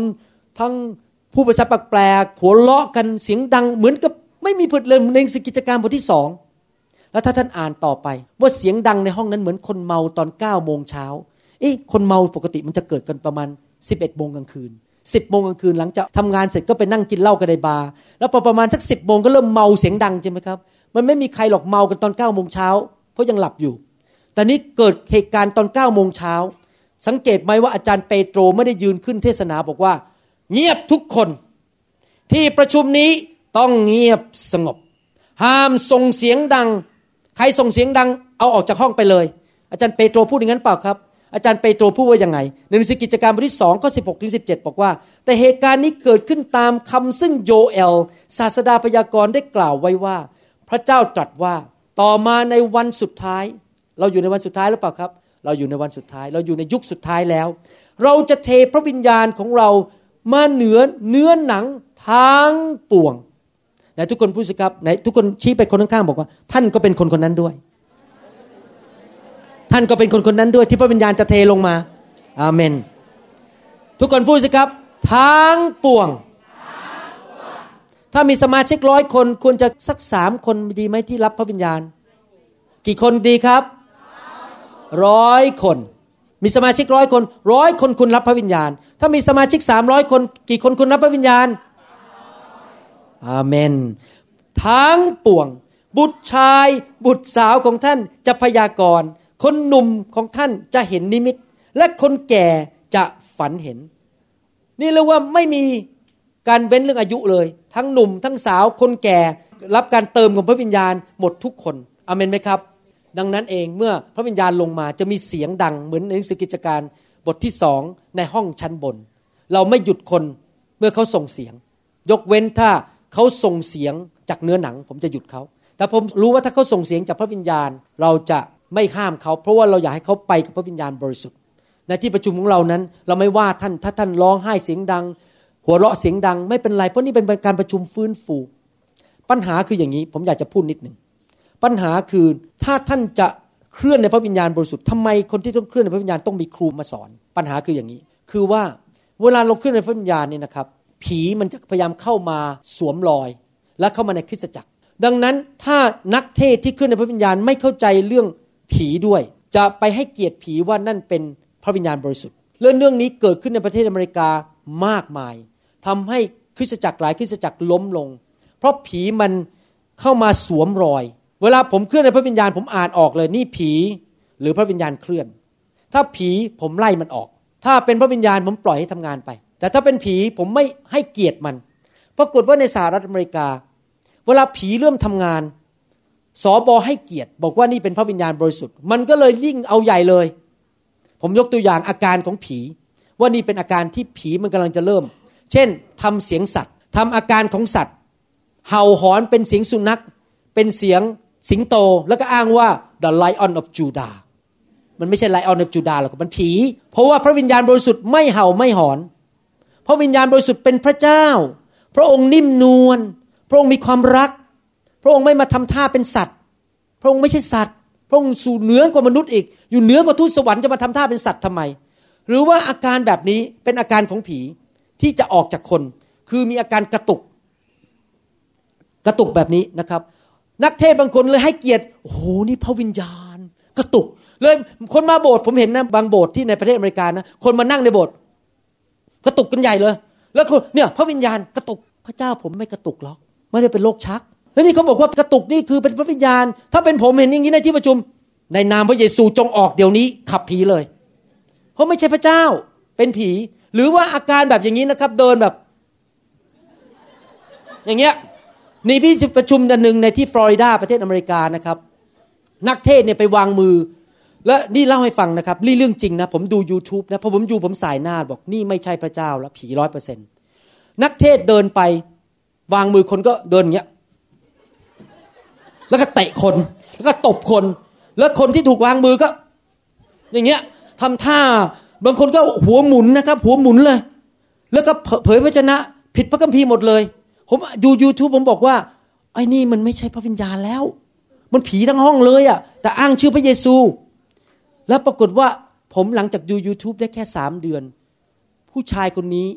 ทั้งผู้ภาษาแปลกๆหัวเราะกันเสียงดังเหมือนกับไม่มีผลเลยในกิจการบทที่2แล้วถ้าท่านอ่านต่อไปว่าเสียงดังในห้องนั้นเหมือนคนเมาตอน9 โมงเช้าคนเมาปกติมันจะเกิดกันประมาณ11 โมงกลางคืน10 โมงกลางคืนหลังจากทำงานเสร็จก็ไปนั่งกินเหล้ากันในบาร์แล้วพอประมาณสัก10 โมงก็เริ่มเมาเสียงดังใช่ไหมครับมันไม่มีใครหรอกเมากันตอน9 โมงเช้าเพราะยังหลับอยู่แต่นี้เกิดเหตุการณ์ตอน9 โมงเช้าสังเกตไหมว่าอาจารย์เปโตรไม่ได้ยืนขึ้นเทศนาบอกว่าเงียบทุกคนที่ประชุมนี้ต้องเงียบสงบห้ามส่งเสียงดังใครส่งเสียงดังเอาออกจากห้องไปเลยอาจารย์เปโตรพูดอย่างนั้นเปล่าครับอาจารย์เปโตรพูดว่ายังไงในหนังสือกิจการบทที่2ข้อ16ถึง17บอกว่าแต่เหตุการณ์นี้เกิดขึ้นตามคำซึ่งโยเอลศาสดาพยากรณ์ได้กล่าวไว้ว่าพระเจ้าตรัสว่าต่อมาในวันสุดท้ายเราอยู่ในวันสุดท้ายหรือเปล่าครับเราอยู่ในวันสุดท้ายเราอยู่ในยุคสุดท้ายแล้วเราจะเทพระวิญญาณของเรามาเหนือเนื้อหนังทั้งปวงไหนทุกคนพูดสิครับไหนทุกคนชี้ไปคนข้างๆบอกว่าท่านก็เป็นคนคนนั้นด้วยท่านก็เป็นคนคนนั้นด้วยที่พระวิญญาณจะเทลงมาอาเมนทุกคนพูดสิครับทั้งปวงถ้ามีสมาชิก100 คนควรจะสัก3 คนดีไหมที่รับพระวิญญาณกี่คนดีครับ100 คนมีสมาชิก100 คน100 คนคุณรับพระวิญญาณถ้ามีสมาชิก300 คนกี่คนคุณรับพระวิญญาณอาเมนทั้งปวงบุตรชายบุตรสาวของท่านจะพยากรณ์คนหนุ่มของท่านจะเห็นนิมิตและคนแก่จะฝันเห็นนี่เรียกว่าไม่มีการเว้นเรื่องอายุเลยทั้งหนุ่มทั้งสาวคนแก่รับการเติมของพระวิญญาณหมดทุกคนอาเมนไหมครับดังนั้นเองเมื่อพระวิญญาณลงมาจะมีเสียงดังเหมือนในหนังสือกิจการบทที่2ในห้องชั้นบนเราไม่หยุดคนเมื่อเขาส่งเสียงยกเว้นถ้าเขาส่งเสียงจากเนื้อหนังผมจะหยุดเขาแต่ผมรู้ว่าถ้าเขาส่งเสียงจากพระวิญญาณเราจะไม่ห้ามเขาเพราะว่าเราอยากให้เขาไปกับพระวิญญาณบริสุทธิ์ในที่ประชุมของเรานั้นเราไม่ว่าท่านถ้าท่านร้องไห้เสียงดังหัวเราะเสียงดังไม่เป็นไรเพราะนี่เป็นการประชุมฟื้นฟูปัญหาคืออย่างนี้ผมอยากจะพูดนิดนึงปัญหาคือถ้าท่านจะเคลื่อนในพระวิญญาณบริสุทธิ์ทำไมคนที่ต้องเคลื่อนในพระวิญญาณต้องมีครูมาสอนปัญหาคืออย่างนี้คือว่าเวลาเราเคลื่อนในพระวิญญาณนี่นะครับผีมันจะพยายามเข้ามาสวมรอยและเข้ามาในคริสตจักรดังนั้นถ้านักเทศที่เคลื่อนในพระวิญญาณไม่เข้าใจเรื่องผีด้วยจะไปให้เกียรติผีว่านั่นเป็นพระวิญญาณบริสุทธิ์เรื่องนี้เกิดขึ้นในประเทศอเมริกามากมายทำให้คริสตจักรหลายคริสตจักรล้มลงเพราะผีมันเข้ามาสวมรอยเวลาผมเคลื่อนในพระวิญญาณผมอ่านออกเลยนี่ผีหรือพระวิญญาณเคลื่อนถ้าผีผมไล่มันออกถ้าเป็นพระวิญญาณผมปล่อยให้ทำงานไปแต่ถ้าเป็นผีผมไม่ให้เกียรติมันปรากฏว่าในสหรัฐอเมริกาเวลาผีเริ่มทำงานสบให้เกียรติบอกว่านี่เป็นพระวิญญาณบริสุทธิ์มันก็เลยยิ่งเอาใหญ่เลยผมยกตัวอย่างอาการของผีว่านี่เป็นอาการที่ผีมันกำลังจะเริ่มเช่นทำเสียงสัตว์ทำอาการของสัตว์เห่าหอนเป็นเสียงสุนัขเป็นเสียงสิงโตแล้วก็อ้างว่า the lion of Judah มันไม่ใช่ lion of Judah หรอกมันผีเพราะว่าพระวิญญาณบริสุทธิ์ไม่เห่าไม่หอนพระวิญญาณบริสุทธิ์เป็นพระเจ้าพระองค์นิ่มนวลพระองค์มีความรักพระองค์ไม่มาทำท่าเป็นสัตว์พระองค์ไม่ใช่สัตว์พระองค์สูงเหนือกว่ามนุษย์อีกอยู่เหนือกว่าทูตสวรรค์จะมาทำท่าเป็นสัตว์ทำไมหรือว่าอาการแบบนี้เป็นอาการของผีที่จะออกจากคนคือมีอาการกระตุกแบบนี้นะครับนักเทศบางคนเลยให้เกียรติโอ้โหนี่พระวิญญาณกระตุกเลยคนมาโบสถ์ผมเห็นนะบางโบสถ์ที่ในประเทศอเมริกานะคนมานั่งในโบสถ์กระตุกกันใหญ่เลยแล้วคนเนี่ยพระวิญญาณกระตุกพระเจ้าผมไม่กระตุกหรอกไม่ได้เป็นโรคชักแล้วนี่เขาบอกว่ากระตุกนี่คือเป็นพระวิญญาณถ้าเป็นผมเห็นอย่างนี้ในที่ประชุมในนามพระเยซูจงออกเดี๋ยวนี้ขับผีเลยเพราะไม่ใช่พระเจ้าเป็นผีหรือว่าอาการแบบอย่างนี้นะครับเดินแบบอย่างเงี้ยนี่พี่ประชุมอันนึงในที่ฟลอริดาประเทศอเมริกานะครับนักเทศเนี่ยไปวางมือและนี่เล่าให้ฟังนะครับนี่เรื่องจริงนะผมดู YouTube นะพอผมสายหน้าบอกนี่ไม่ใช่พระเจ้าแล้วผี 100% นักเทศเดินไปวางมือคนก็เดินอย่างเงี้ยแล้วก็เตะคนแล้วก็ตบคนแล้วคนที่ถูกวางมือก็อย่างเงี้ยทำท่าบางคนก็หัวหมุนนะครับหัวหมุนเลยแล้วก็เผยพระวจนะผิดพระคัมภีร์หมดเลยผมดู YouTube ผมบอกว่าไอ้นี่มันไม่ใช่พระวิญญาณแล้วมันผีทั้งห้องเลยอ่ะแต่อ้างชื่อพระเยซูแล้วปรากฏว่าผมหลังจากดู YouTube ได้แค่3 เดือนผู้ชายคนนี้ท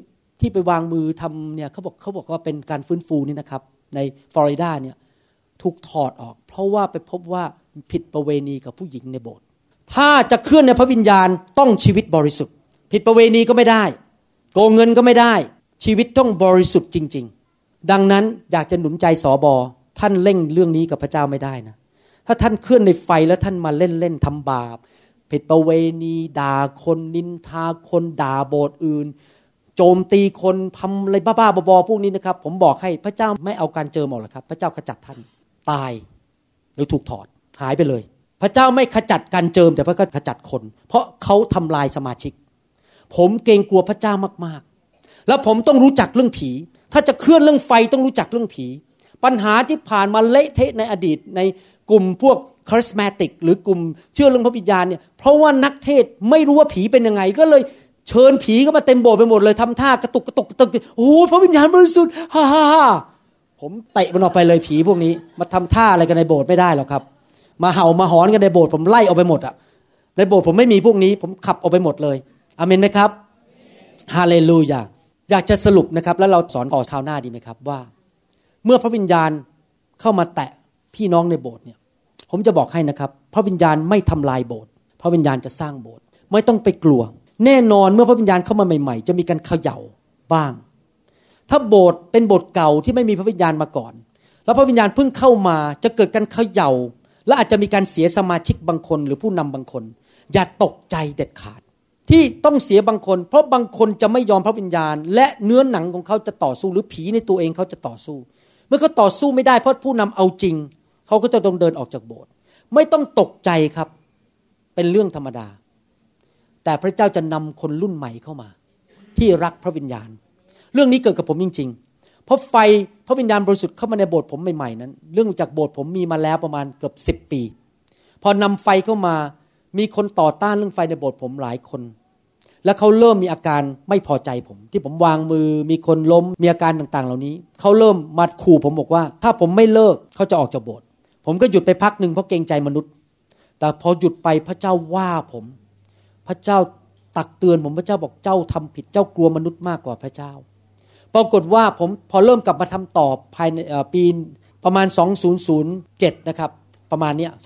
ที่ไปวางมือทำเนี่ยเขาบอกว่าเป็นการฟื้นฟูนี่นะครับในฟลอริดาเนี่ยถูกถอดออกเพราะว่าไปพบว่าผิดประเวณีกับผู้หญิงในโบสถ์ถ้าจะเคลื่อนในพระวิญญาณต้องชีวิตบริสุทธิ์ผิดประเวณีก็ไม่ได้โกงเงินก็ไม่ได้ชีวิตต้องบริสุทธิ์จริงๆดังนั้นอยากจะหนุนใจสบท่านเร่งเรื่องนี้กับพระเจ้าไม่ได้นะถ้าท่านเคลื่อนในไฟแล้วท่านมาเล่นๆทำบาปผิดประเวณีด่าคนนินทาคนด่าโบสถ์อื่นโจมตีคนทำอะไรบ้าๆบอๆพวกนี้นะครับผมบอกให้พระเจ้าไม่เอาการเจิมออกหรอกครับพระเจ้าขจัดท่านตายหรือถูกถอดหายไปเลยพระเจ้าไม่ขจัดการเจิมแต่พระเจ้าขจัดคนเพราะเขาทำลายสมาชิกผมเกรงกลัวพระเจ้ามากๆแล้วผมต้องรู้จักเรื่องผีถ้าจะเคลื่อนเรื่องไฟต้องรู้จักเรื่องผีปัญหาที่ผ่านมาเละเทะในอดีตในกลุ่มพวกคาริสมาติกหรือกลุ่มเชื่อเรื่องพระวิญญาณเนี่ยเพราะว่านักเทศไม่รู้ว่าผีเป็นยังไงก็เลยเชิญผีก็มาเต็มโบสถ์ไปหมดเลยทำท่ากระตุกโอ้พระวิญญาณบริสุทธิ์ฮ่าผมเตะมันออกไปเลยผีพวกนี้มาทำท่าอะไรกันในโบสถ์ไม่ได้หรอกครับมาเห่ามาหอนกันในโบสถ์ผมไล่ออกไปหมดอ่ะในโบสถ์ผมไม่มีพวกนี้ผมขับออกไปหมดเลยอาเมนไหมครับฮาเลลูยาอยากจะสรุปนะครับแล้วเราสอนต่อคราวหน้าดีไหมครับว่าเมื่อพระวิญญาณเข้ามาแตะพี่น้องในโบสถ์เนี่ยผมจะบอกให้นะครับพระวิญญาณไม่ทำลายโบสถ์พระวิญญาณจะสร้างโบสถ์ไม่ต้องไปกลัวแน่นอนเมื่อพระวิญญาณเข้ามาใหม่ๆจะมีการเขย่าบ้างถ้าโบสถ์เป็นโบสถ์เก่าที่ไม่มีพระวิญญาณมาก่อนแล้วพระวิญญาณเพิ่งเข้ามาจะเกิดการเขย่าและอาจจะมีการเสียสมาชิกบางคนหรือผู้นำบางคนอย่าตกใจเด็ดขาดที่ต้องเสียบางคนเพราะบางคนจะไม่ยอมพระวิญญาณและเนื้อหนังของเขาจะต่อสู้หรือผีในตัวเองเขาจะต่อสู้เมื่อเขาต่อสู้ไม่ได้เพราะผู้นำเอาจริงเขาก็จะต้องเดินออกจากโบสถ์ไม่ต้องตกใจครับเป็นเรื่องธรรมดาแต่พระเจ้าจะนำคนรุ่นใหม่เข้ามาที่รักพระวิญญาณเรื่องนี้เกิดกับผมจริงๆเพราะไฟพระวิญญาณบริสุทธิ์เข้ามาในโบสถ์ผมใหม่ๆนั้นเรื่องจากโบสถ์ผมมีมาแล้วประมาณเกือบ10 ปีพอนำไฟเข้ามามีคนต่อต้านเรื่องไฟในโบสถ์ผมหลายคนและเขาเริ่มมีอาการไม่พอใจผมที่ผมวางมือมีคนล้มมีอาการต่างๆเหล่านี้เขาเริ่มมาขู่ผมบอกว่าถ้าผมไม่เลิกเขาจะออกจากโบสถ์ผมก็หยุดไปพักนึงเพราะเกรงใจมนุษย์แต่พอหยุดไปพระเจ้าว่าผมพระเจ้าตักเตือนผมพระเจ้าบอกเจ้าทำผิดเจ้ากลัวมนุษย์มากกว่าพระเจ้าปรากฏว่าผมพอเริ่มกลับมาทำต่อภายในปีประมาณ2007นะครับประมาณนี้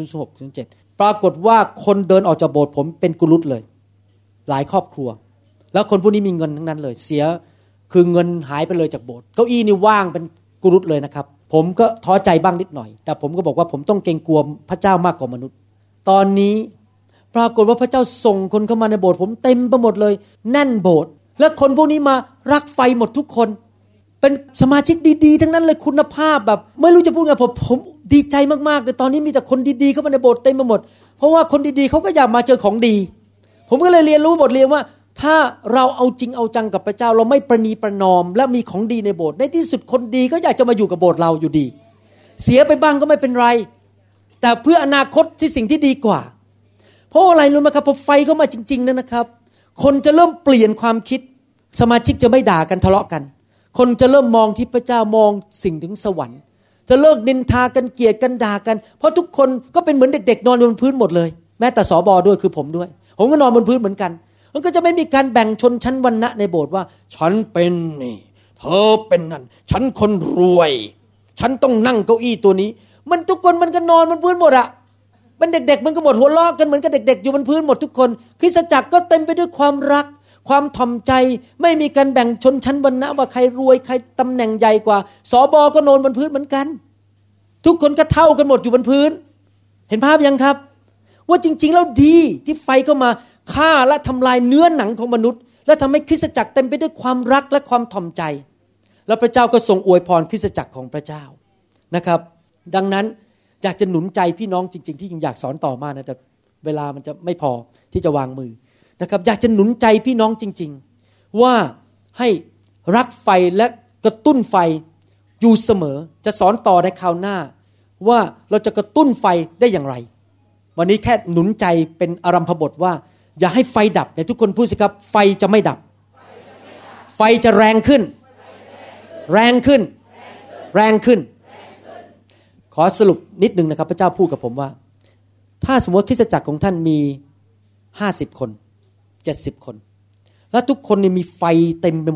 2006-07ปรากฏว่าคนเดินออกจากโบสถ์ผมเป็นกุลุตเลยหลายครอบครัวแล้วคนพวกนี้มีเงินทั้งนั้นเลยเสียคือเงินหายไปเลยจากโบสถ์เก้าอี้นี่ว่างเป็นกุลุตเลยนะครับผมก็ท้อใจบ้างนิดหน่อยแต่ผมก็บอกว่าผมต้องเกรงกลัวพระเจ้ามากกว่ามนุษย์ตอนนี้ปรากฏว่าพระเจ้าส่งคนเข้ามาในโบสถ์ผมเต็มไปหมดเลยแน่นโบสถ์และคนพวกนี้มารักไฟหมดทุกคนเป็นสมาชิกดีๆทั้งนั้นเลยคุณภาพแบบไม่รู้จะพูดไงผมดีใจมากๆเลยตอนนี้มีแต่คนดีๆเข้ามาในโบสถ์เต็มไปหมดเพราะว่าคนดีๆเขาก็อยากมาเจอของดีผมก็เลยเรียนรู้บทเรียนว่าถ้าเราเอาจริงเอาจังกับพระเจ้าเราไม่ประนีประนอมและมีของดีในโบสถ์ในที่สุดคนดีก็อยากจะมาอยู่กับโบสถ์เราอยู่ดีเสียไปบ้างก็ไม่เป็นไรแต่เพื่ออนาคตที่สิ่งที่ดีกว่าเพราะอะไรรู้ไหมครับพอไฟเข้ามาจริงๆนะครับคนจะเริ่มเปลี่ยนความคิดสมาชิกจะไม่ด่ากันทะเลาะกันคนจะเริ่มมองที่พระเจ้ามองสิ่งถึงสวรรค์จะเลิกนินทากันเกลียดกันด่ากันเพราะทุกคนก็เป็นเหมือนเด็กๆนอนบนพื้นหมดเลยแม้แต่สบด้วยคือผมด้วยผมก็นอนบนพื้นเหมือนกันมันก็จะไม่มีการแบ่งชนชั้นวรรณะในโบสถ์ว่าฉันเป็นนี่เธอเป็นนั่นฉันคนรวยฉันต้องนั่งเก้าอี้ตัวนี้มันทุกคนมันก็นอนบนพื้นหมดอะมันเด็กๆมันก็หมดหัวล้อกันเหมือนกับเด็กๆอยู่บนพื้นหมดทุกคนคริสตจักรก็เต็มไปด้วยความรักความถ่อมใจไม่มีการแบ่งชนชั้นวรรณะว่าใครรวยใครตำแหน่งใหญ่กว่าสบก็นอนบนพื้นเหมือนกันทุกคนก็เท่ากันหมดอยู่บนพื้นเห็นภาพยังครับว่าจริงๆแล้วดีที่ไฟเข้ามาฆ่าและทำลายเนื้อหนังของมนุษย์และทำให้คริสตจักรเต็มไปด้วยความรักและความถ่อมใจแล้วพระเจ้าก็ทรงอวยพรคริสตจักรของพระเจ้านะครับดังนั้นอยากจะหนุนใจพี่น้องจริงๆที่ยังอยากสอนต่อมานะแต่เวลามันจะไม่พอที่จะวางมือนะครับอยากจะหนุนใจพี่น้องจริงๆว่าให้รักไฟและกระตุ้นไฟอยู่เสมอจะสอนต่อในคราวหน้าว่าเราจะกระตุ้นไฟได้อย่างไรวันนี้แค่หนุนใจเป็นอารัมภบทว่าอย่าให้ไฟดับแต่ทุกคนพูดสิครับไฟจะไม่ดับไฟจะแรงขึ้นแรงขึ้นแรงขึ้นขอสรุปนิดนึงนะครับพระเจ้าพูดกับผมว่าถ้าสมมติคริสตจักรของท่านมี50 คน70 คนแล้วทุกคนนี่มีไฟเต็มไปหมดเลย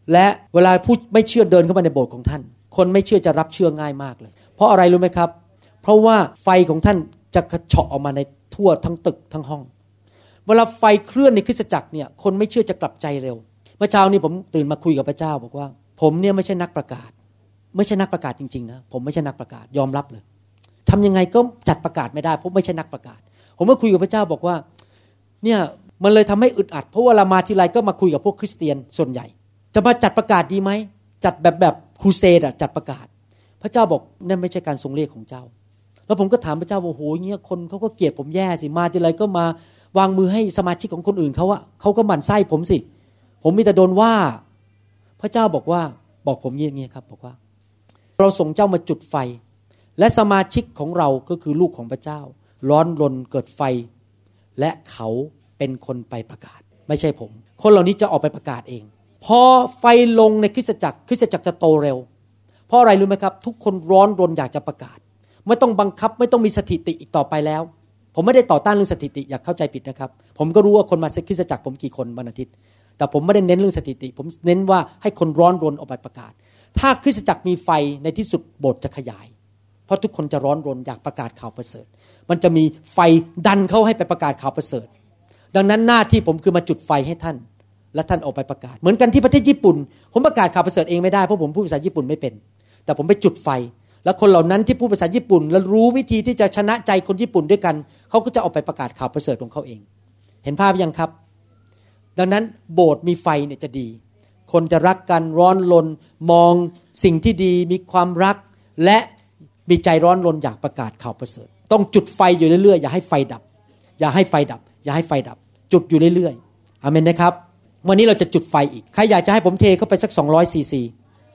และเวลาผู้ไม่เชื่อเดินเข้ามาในโบสถ์ของท่านคนไม่เชื่อจะรับเชื่อง่ายมากเลยเพราะอะไรรู้ไหมครับเพราะว่าไฟของท่านจะกระเฉาะออกมาในทั่วทั้งตึกทั้งห้องเวลาไฟเคลื่อนในคริสตจักรเนี่ยคนไม่เชื่อจะกลับใจเร็วเมื่อเช้านี้ผมตื่นมาคุยกับพระเจ้าบอกว่าผมเนี่ยไม่ใช่นักประกาศไม่ใช่นักประกาศจริงๆนะผมไม่ใช่นักประกาศยอมรับเลยทำยังไงก็จัดประกาศไม่ได้เพราะไม่ใช่นักประกาศผมก็คุยกับพระเจ้าบอกว่าเนี่ยมันเลยทำให้อึดอัดเพราะว่าเรามาทีไรก็มาคุยกับพวกคริสเตียนส่วนใหญ่จะมาจัดประกาศดีไหมจัดแบบครูเสดจัดประกาศพระเจ้าบอกนั่นไม่ใช่การทรงเรียกของเจ้าแล้วผมก็ถามพระเจ้าว่าโอ้โหเงี้ยคนเขาก็เกลียดผมแย่สิมาทีไรก็มาวางมือให้สมาชิกของคนอื่นเขาอะเขาก็หมั่นไส้ผมสิผมมีแต่โดนว่าพระเจ้าบอกว่าบอกผมเงี้ยครับบอกว่าเราส่งเจ้ามาจุดไฟและสมาชิกของเราก็คือลูกของพระเจ้าร้อนรนเกิดไฟและเขาเป็นคนไปประกาศไม่ใช่ผมคนเหล่านี้จะออกไปประกาศเองพอไฟลงในคริสตจักรจะโตเร็วเพราะอะไรรู้ไหมครับทุกคนร้อนรนอยากจะประกาศไม่ต้องบังคับไม่ต้องมีสถิติอีกต่อไปแล้วผมไม่ได้ต่อต้านเรื่องสถิติอยากเข้าใจผิดนะครับผมก็รู้ว่าคนมาคริสตจักรผมกี่คนวันอาทิตย์แต่ผมไม่ได้เน้นเรื่องสถิติผมเน้นว่าให้คนร้อนรนออกไปประกาศถ้าคริสตจักรมีไฟในที่สุดโบสถ์จะขยายเพราะทุกคนจะร้อนรนอยากประกาศข่าวประเสริฐมันจะมีไฟดันเข้าให้ไปประกาศข่าวประเสริฐดังนั้นหน้าที่ผมคือมาจุดไฟให้ท่านและท่านออกไปประกาศเหมือนกันที่ประเทศญี่ปุ่นผมประกาศข่าวประเสริฐเองไม่ได้เพราะผมพูดภาษาญี่ปุ่นไม่เป็นแต่ผมไปจุดไฟแล้วคนเหล่านั้นที่พูดภาษาญี่ปุ่นและรู้วิธีที่จะชนะใจคนญี่ปุ่นด้วยกันเขาก็จะออกไปประกาศข่าวประเสริฐของเขาเองเห็นภาพยังครับดังนั้นโบสถ์มีไฟเนี่ยจะดีคนจะรักกันร้อนรนมองสิ่งที่ดีมีความรักและมีใจร้อนรนอยากประกาศข่าวประเสริฐต้องจุดไฟอยู่เรื่อยๆอย่าให้ไฟดับอย่าให้ไฟดับอย่าให้ไฟดับจุดอยู่เรื่อยๆอาเมนนะครับวันนี้เราจะจุดไฟอีกใครอยากจะให้ผมเทเข้าไปสัก200ซีซี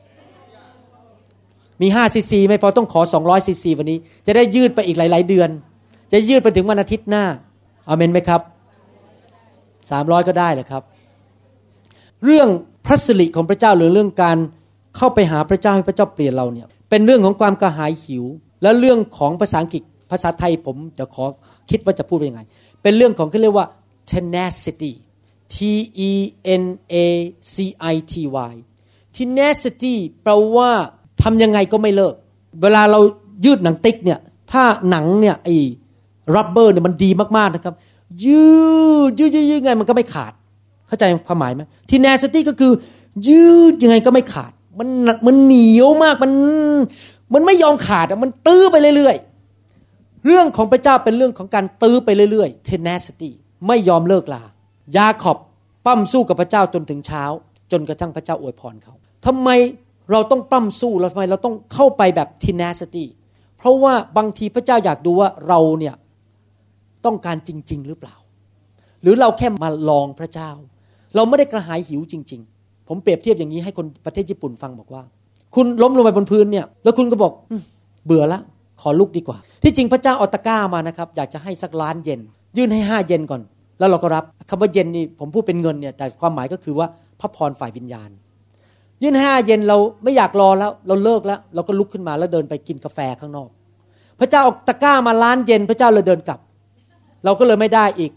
มี5ซีซีไม่พอต้องขอ200ซีซีวันนี้จะได้ยืดไปอีกหลายๆเดือนจะยืดไปถึงวันอาทิตย์หน้าอาเมนไหมครับ300ก็ได้แหละครับเรื่องพระสิริของพระเจ้าหรือเรื่องการเข้าไปหาพระเจ้าให้พระเจ้าเปลี่ยนเราเนี่ยเป็นเรื่องของความกระหายหิวและเรื่องของภาษาอังกฤษภาษาไทยผมจะขอคิดว่าจะพูดว่ายังไงเป็นเรื่องของที่เรียกว่า tenacity T E N A C I T Y tenacity แปลว่าทำยังไงก็ไม่เลิกเวลาเรายืดหนังติ๊กเนี่ยถ้าหนังเนี่ยไอ้รับเบอร์เนี่ยมันดีมากๆนะครับยืดไงมันก็ไม่ขาดเข้าใจความหมายไหม tenacity ก็คือยืดยังไงก็ไม่ขาดมันเหนียวมากมันไม่ยอมขาดมันตื้อไปเรื่อยๆเรื่องของพระเจ้าเป็นเรื่องของการตื้อไปเรื่อยๆ tenacity ไม่ยอมเลิกลายาขอบปั้มสู้กับพระเจ้าจนถึงเช้าจนกระทั่งพระเจ้าอวยพรเขาทำไมเราต้องปั้มสู้แล้วทำไมเราต้องเข้าไปแบบ tenacity เพราะว่าบางทีพระเจ้าอยากดูว่าเราเนี่ยต้องการจริงๆหรือเปล่าหรือเราแค่มาลองพระเจ้าเราไม่ได้กระหายหิวจริงๆผมเปรียบเทียบอย่างนี้ให้คนประเทศญี่ปุ่นฟังบอกว่าคุณล้มลงไปบนพื้นเนี่ยแล้วคุณก็บอกเบื่อละขอลุกดีกว่าที่จริงพระเจ้าเอาตะกร้ามานะครับอยากจะให้สัก1,000,000 เยนยื่นให้5 เยนก่อนแล้วเราก็รับคำว่าเยนนี่ผมพูดเป็นเงินเนี่ยแต่ความหมายก็คือว่าพระพรฝ่ายวิญญาณยื่น5 เยนเราไม่อยากรอแล้วเราเลิกแล้วเราก็ลุกขึ้นมาแล้วเดินไปกินกาแฟข้างนอกพระเจ้าเอาตะกร้ามา1,000,000 เยนพระเจ้าเลยเดินกลับเราก็เลยไม่ได้อีก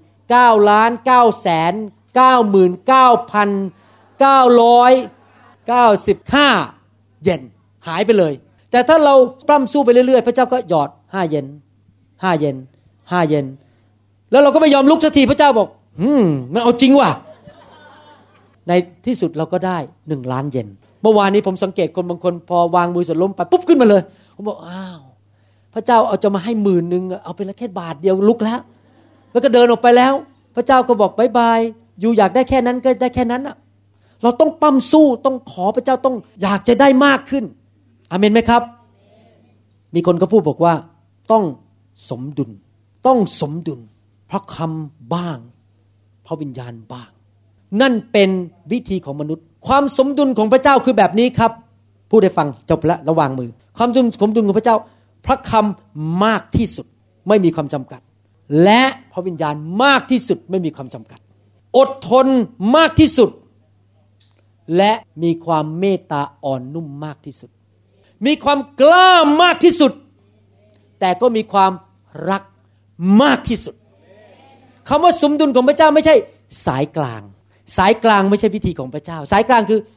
9,999,995 เยนหายไปเลยแต่ถ้าเราปล้ำสู้ไปเรื่อยๆพระเจ้าก็หยอด5 เยน5 เยน5 เยนแล้วเราก็ไม่ยอมลุกสักทีพระเจ้าบอกมันเอาจริงว่ะในที่สุดเราก็ได้1,000,000 เยนเมื่อวานนี้ผมสังเกตคนบางคนพอวางมือเสร็จล้มไปปุ๊บขึ้นมาเลยผมบอกอ้าวพระเจ้าเอาจะมาให้10,000เอาไปละแค่บาทเดียวลุกแล้วก็เดินออกไปแล้วพระเจ้าก็บอกบ๊ายบายอยู่อยากได้แค่นั้นก็ได้แค่นั้นน่ะเราต้องปั้มสู้ต้องขอพระเจ้าต้องอยากจะได้มากขึ้นอาเมนไหมครับมีคนก็พูดบอกว่าต้องสมดุลต้องสมดุลพระคำบ้างพระวิญญาณบ้างนั่นเป็นวิธีของมนุษย์ความสมดุลของพระเจ้าคือแบบนี้ครับพูดให้ฟังจบแล้วระวางมือความสมดุลของพระเจ้าพระคำมากที่สุดไม่มีความจำกัดและพระวิญญาณมากที่สุดไม่มีความจำกัดอดทนมากที่สุดและมีความเมตตาอ่อนนุ่มมากที่สุดมีความกล้ามากที่สุดแต่ก็มีความรักมากที่สุดคำว่าสมดุลของพระเจ้าไม่ใช่สายกลางไม่ใช่วิธีของพระเจ้าสายกลางคือ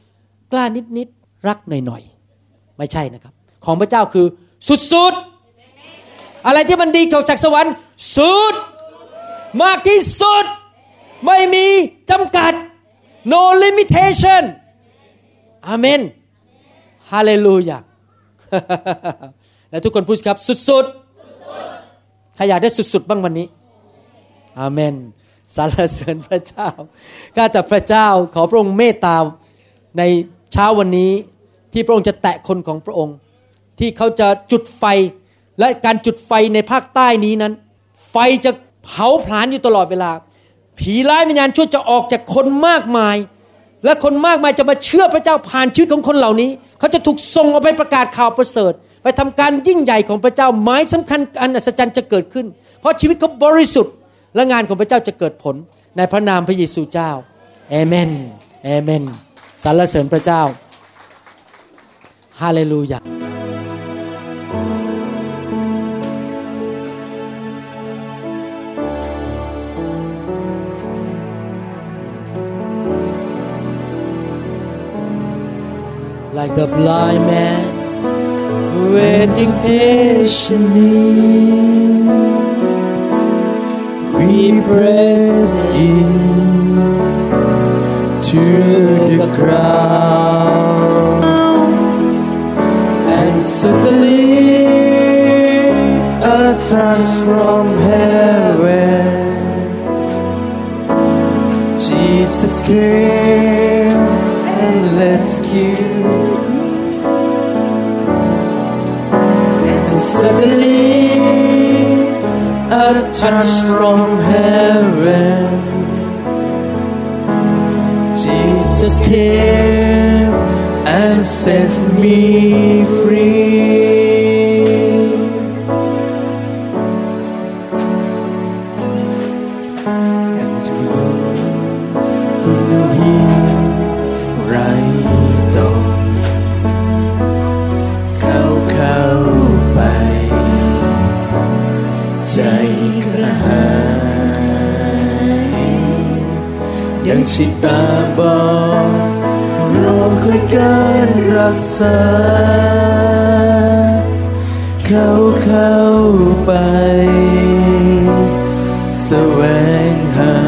กล้านิดๆรักหน่อยๆไม่ใช่นะครับของพระเจ้าคือสุดๆอะไรที่มันดีจากสวรรค์สุดมากที่สุดไม่มีจำกัด no limitation อาเมนฮาเลลูยาและทุกคนพูดครับสุดๆใครอยากได้สุดๆบ้างวันนี้อาเมนสรรเสริญพระเจ้าข้าแต่พระเจ้าขอพระองค์เมตตาในเช้าวันนี้ที่พระองค์จะแตะคนของพระองค์ที่เขาจะจุดไฟและการจุดไฟในภาคใต้นี้นั้นไฟจะเผาผลาญอยู่ตลอดเวลาผีร้ายวิญญาณชั่วจะออกจากคนมากมายและคนมากมายจะมาเชื่อพระเจ้าผ่านชีวิตของคนเหล่านี้เขาจะถูกส่งออกไปประกาศข่าวประเสริฐไปทำการยิ่งใหญ่ของพระเจ้าหมายสำคัญอันอัศจรรย์จะเกิดขึ้นเพราะชีวิตเขาบริสุทธิ์และงานของพระเจ้าจะเกิดผลในพระนามพระเยซูเจ้าเอเมนเอเมนสรรเสริญพระเจ้าฮาเลลูยาLike the blind man waiting patiently, we press in to the crowd, and suddenly a touch from heaven. Jesus came and rescued me, and suddenly a touch from heaven. Jesus came and set me free. And to go to Him right on เข้าไปใจกระหายดังชิตาบอดรอคอยการรักษาเข้าไปแสวงหา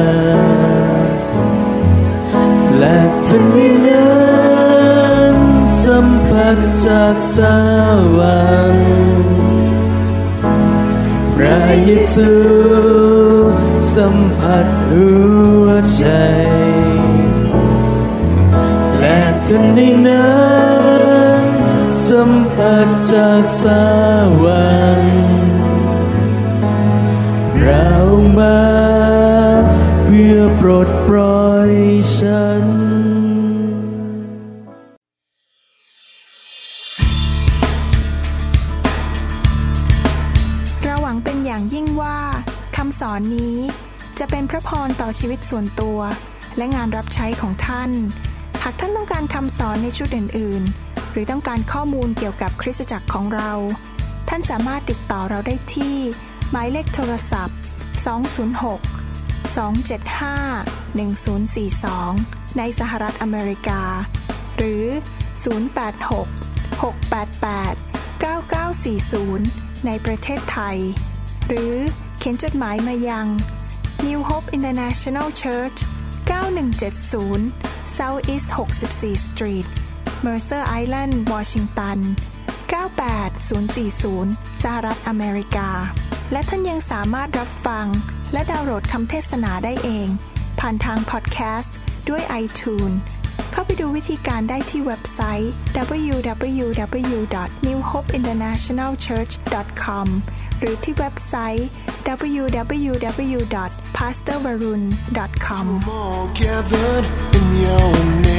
และทันทีนั้นสัมผัสจากสวรรค์พระเยซูสัมผัสหัวใจและทันทีนั้นสัมผัสจากสวรรค์เรามาเพื่อปลดปล่อยฉันเราหวังเป็นอย่างยิ่งว่าคำสอนนี้จะเป็นพระพรต่อชีวิตส่วนตัวและงานรับใช้ของท่านหากท่านต้องการคำสอนในชุดอื่นๆหรือต้องการข้อมูลเกี่ยวกับคริสตจักรของเราท่านสามารถติดต่อเราได้ที่หมายเลขโทรศัพท์206-275-1042ในสหรัฐอเมริกาหรือ086-688-9940ในประเทศไทยหรือเขียนจดหมายมายัง New Hope International Church 9170 South East 64 Street Mercer Island Washington 98040 สหรัฐอเมริกาและท่านยังสามารถรับฟังและดาวน์โหลดคำเทศนาได้เองผ่านทางพอดแคสต์ด้วย iTunes เข้าไปดูวิธีการได้ที่เว็บไซต์ www.newhopeinternationalchurch.com หรือที่เว็บไซต์ www.pastorvarun.com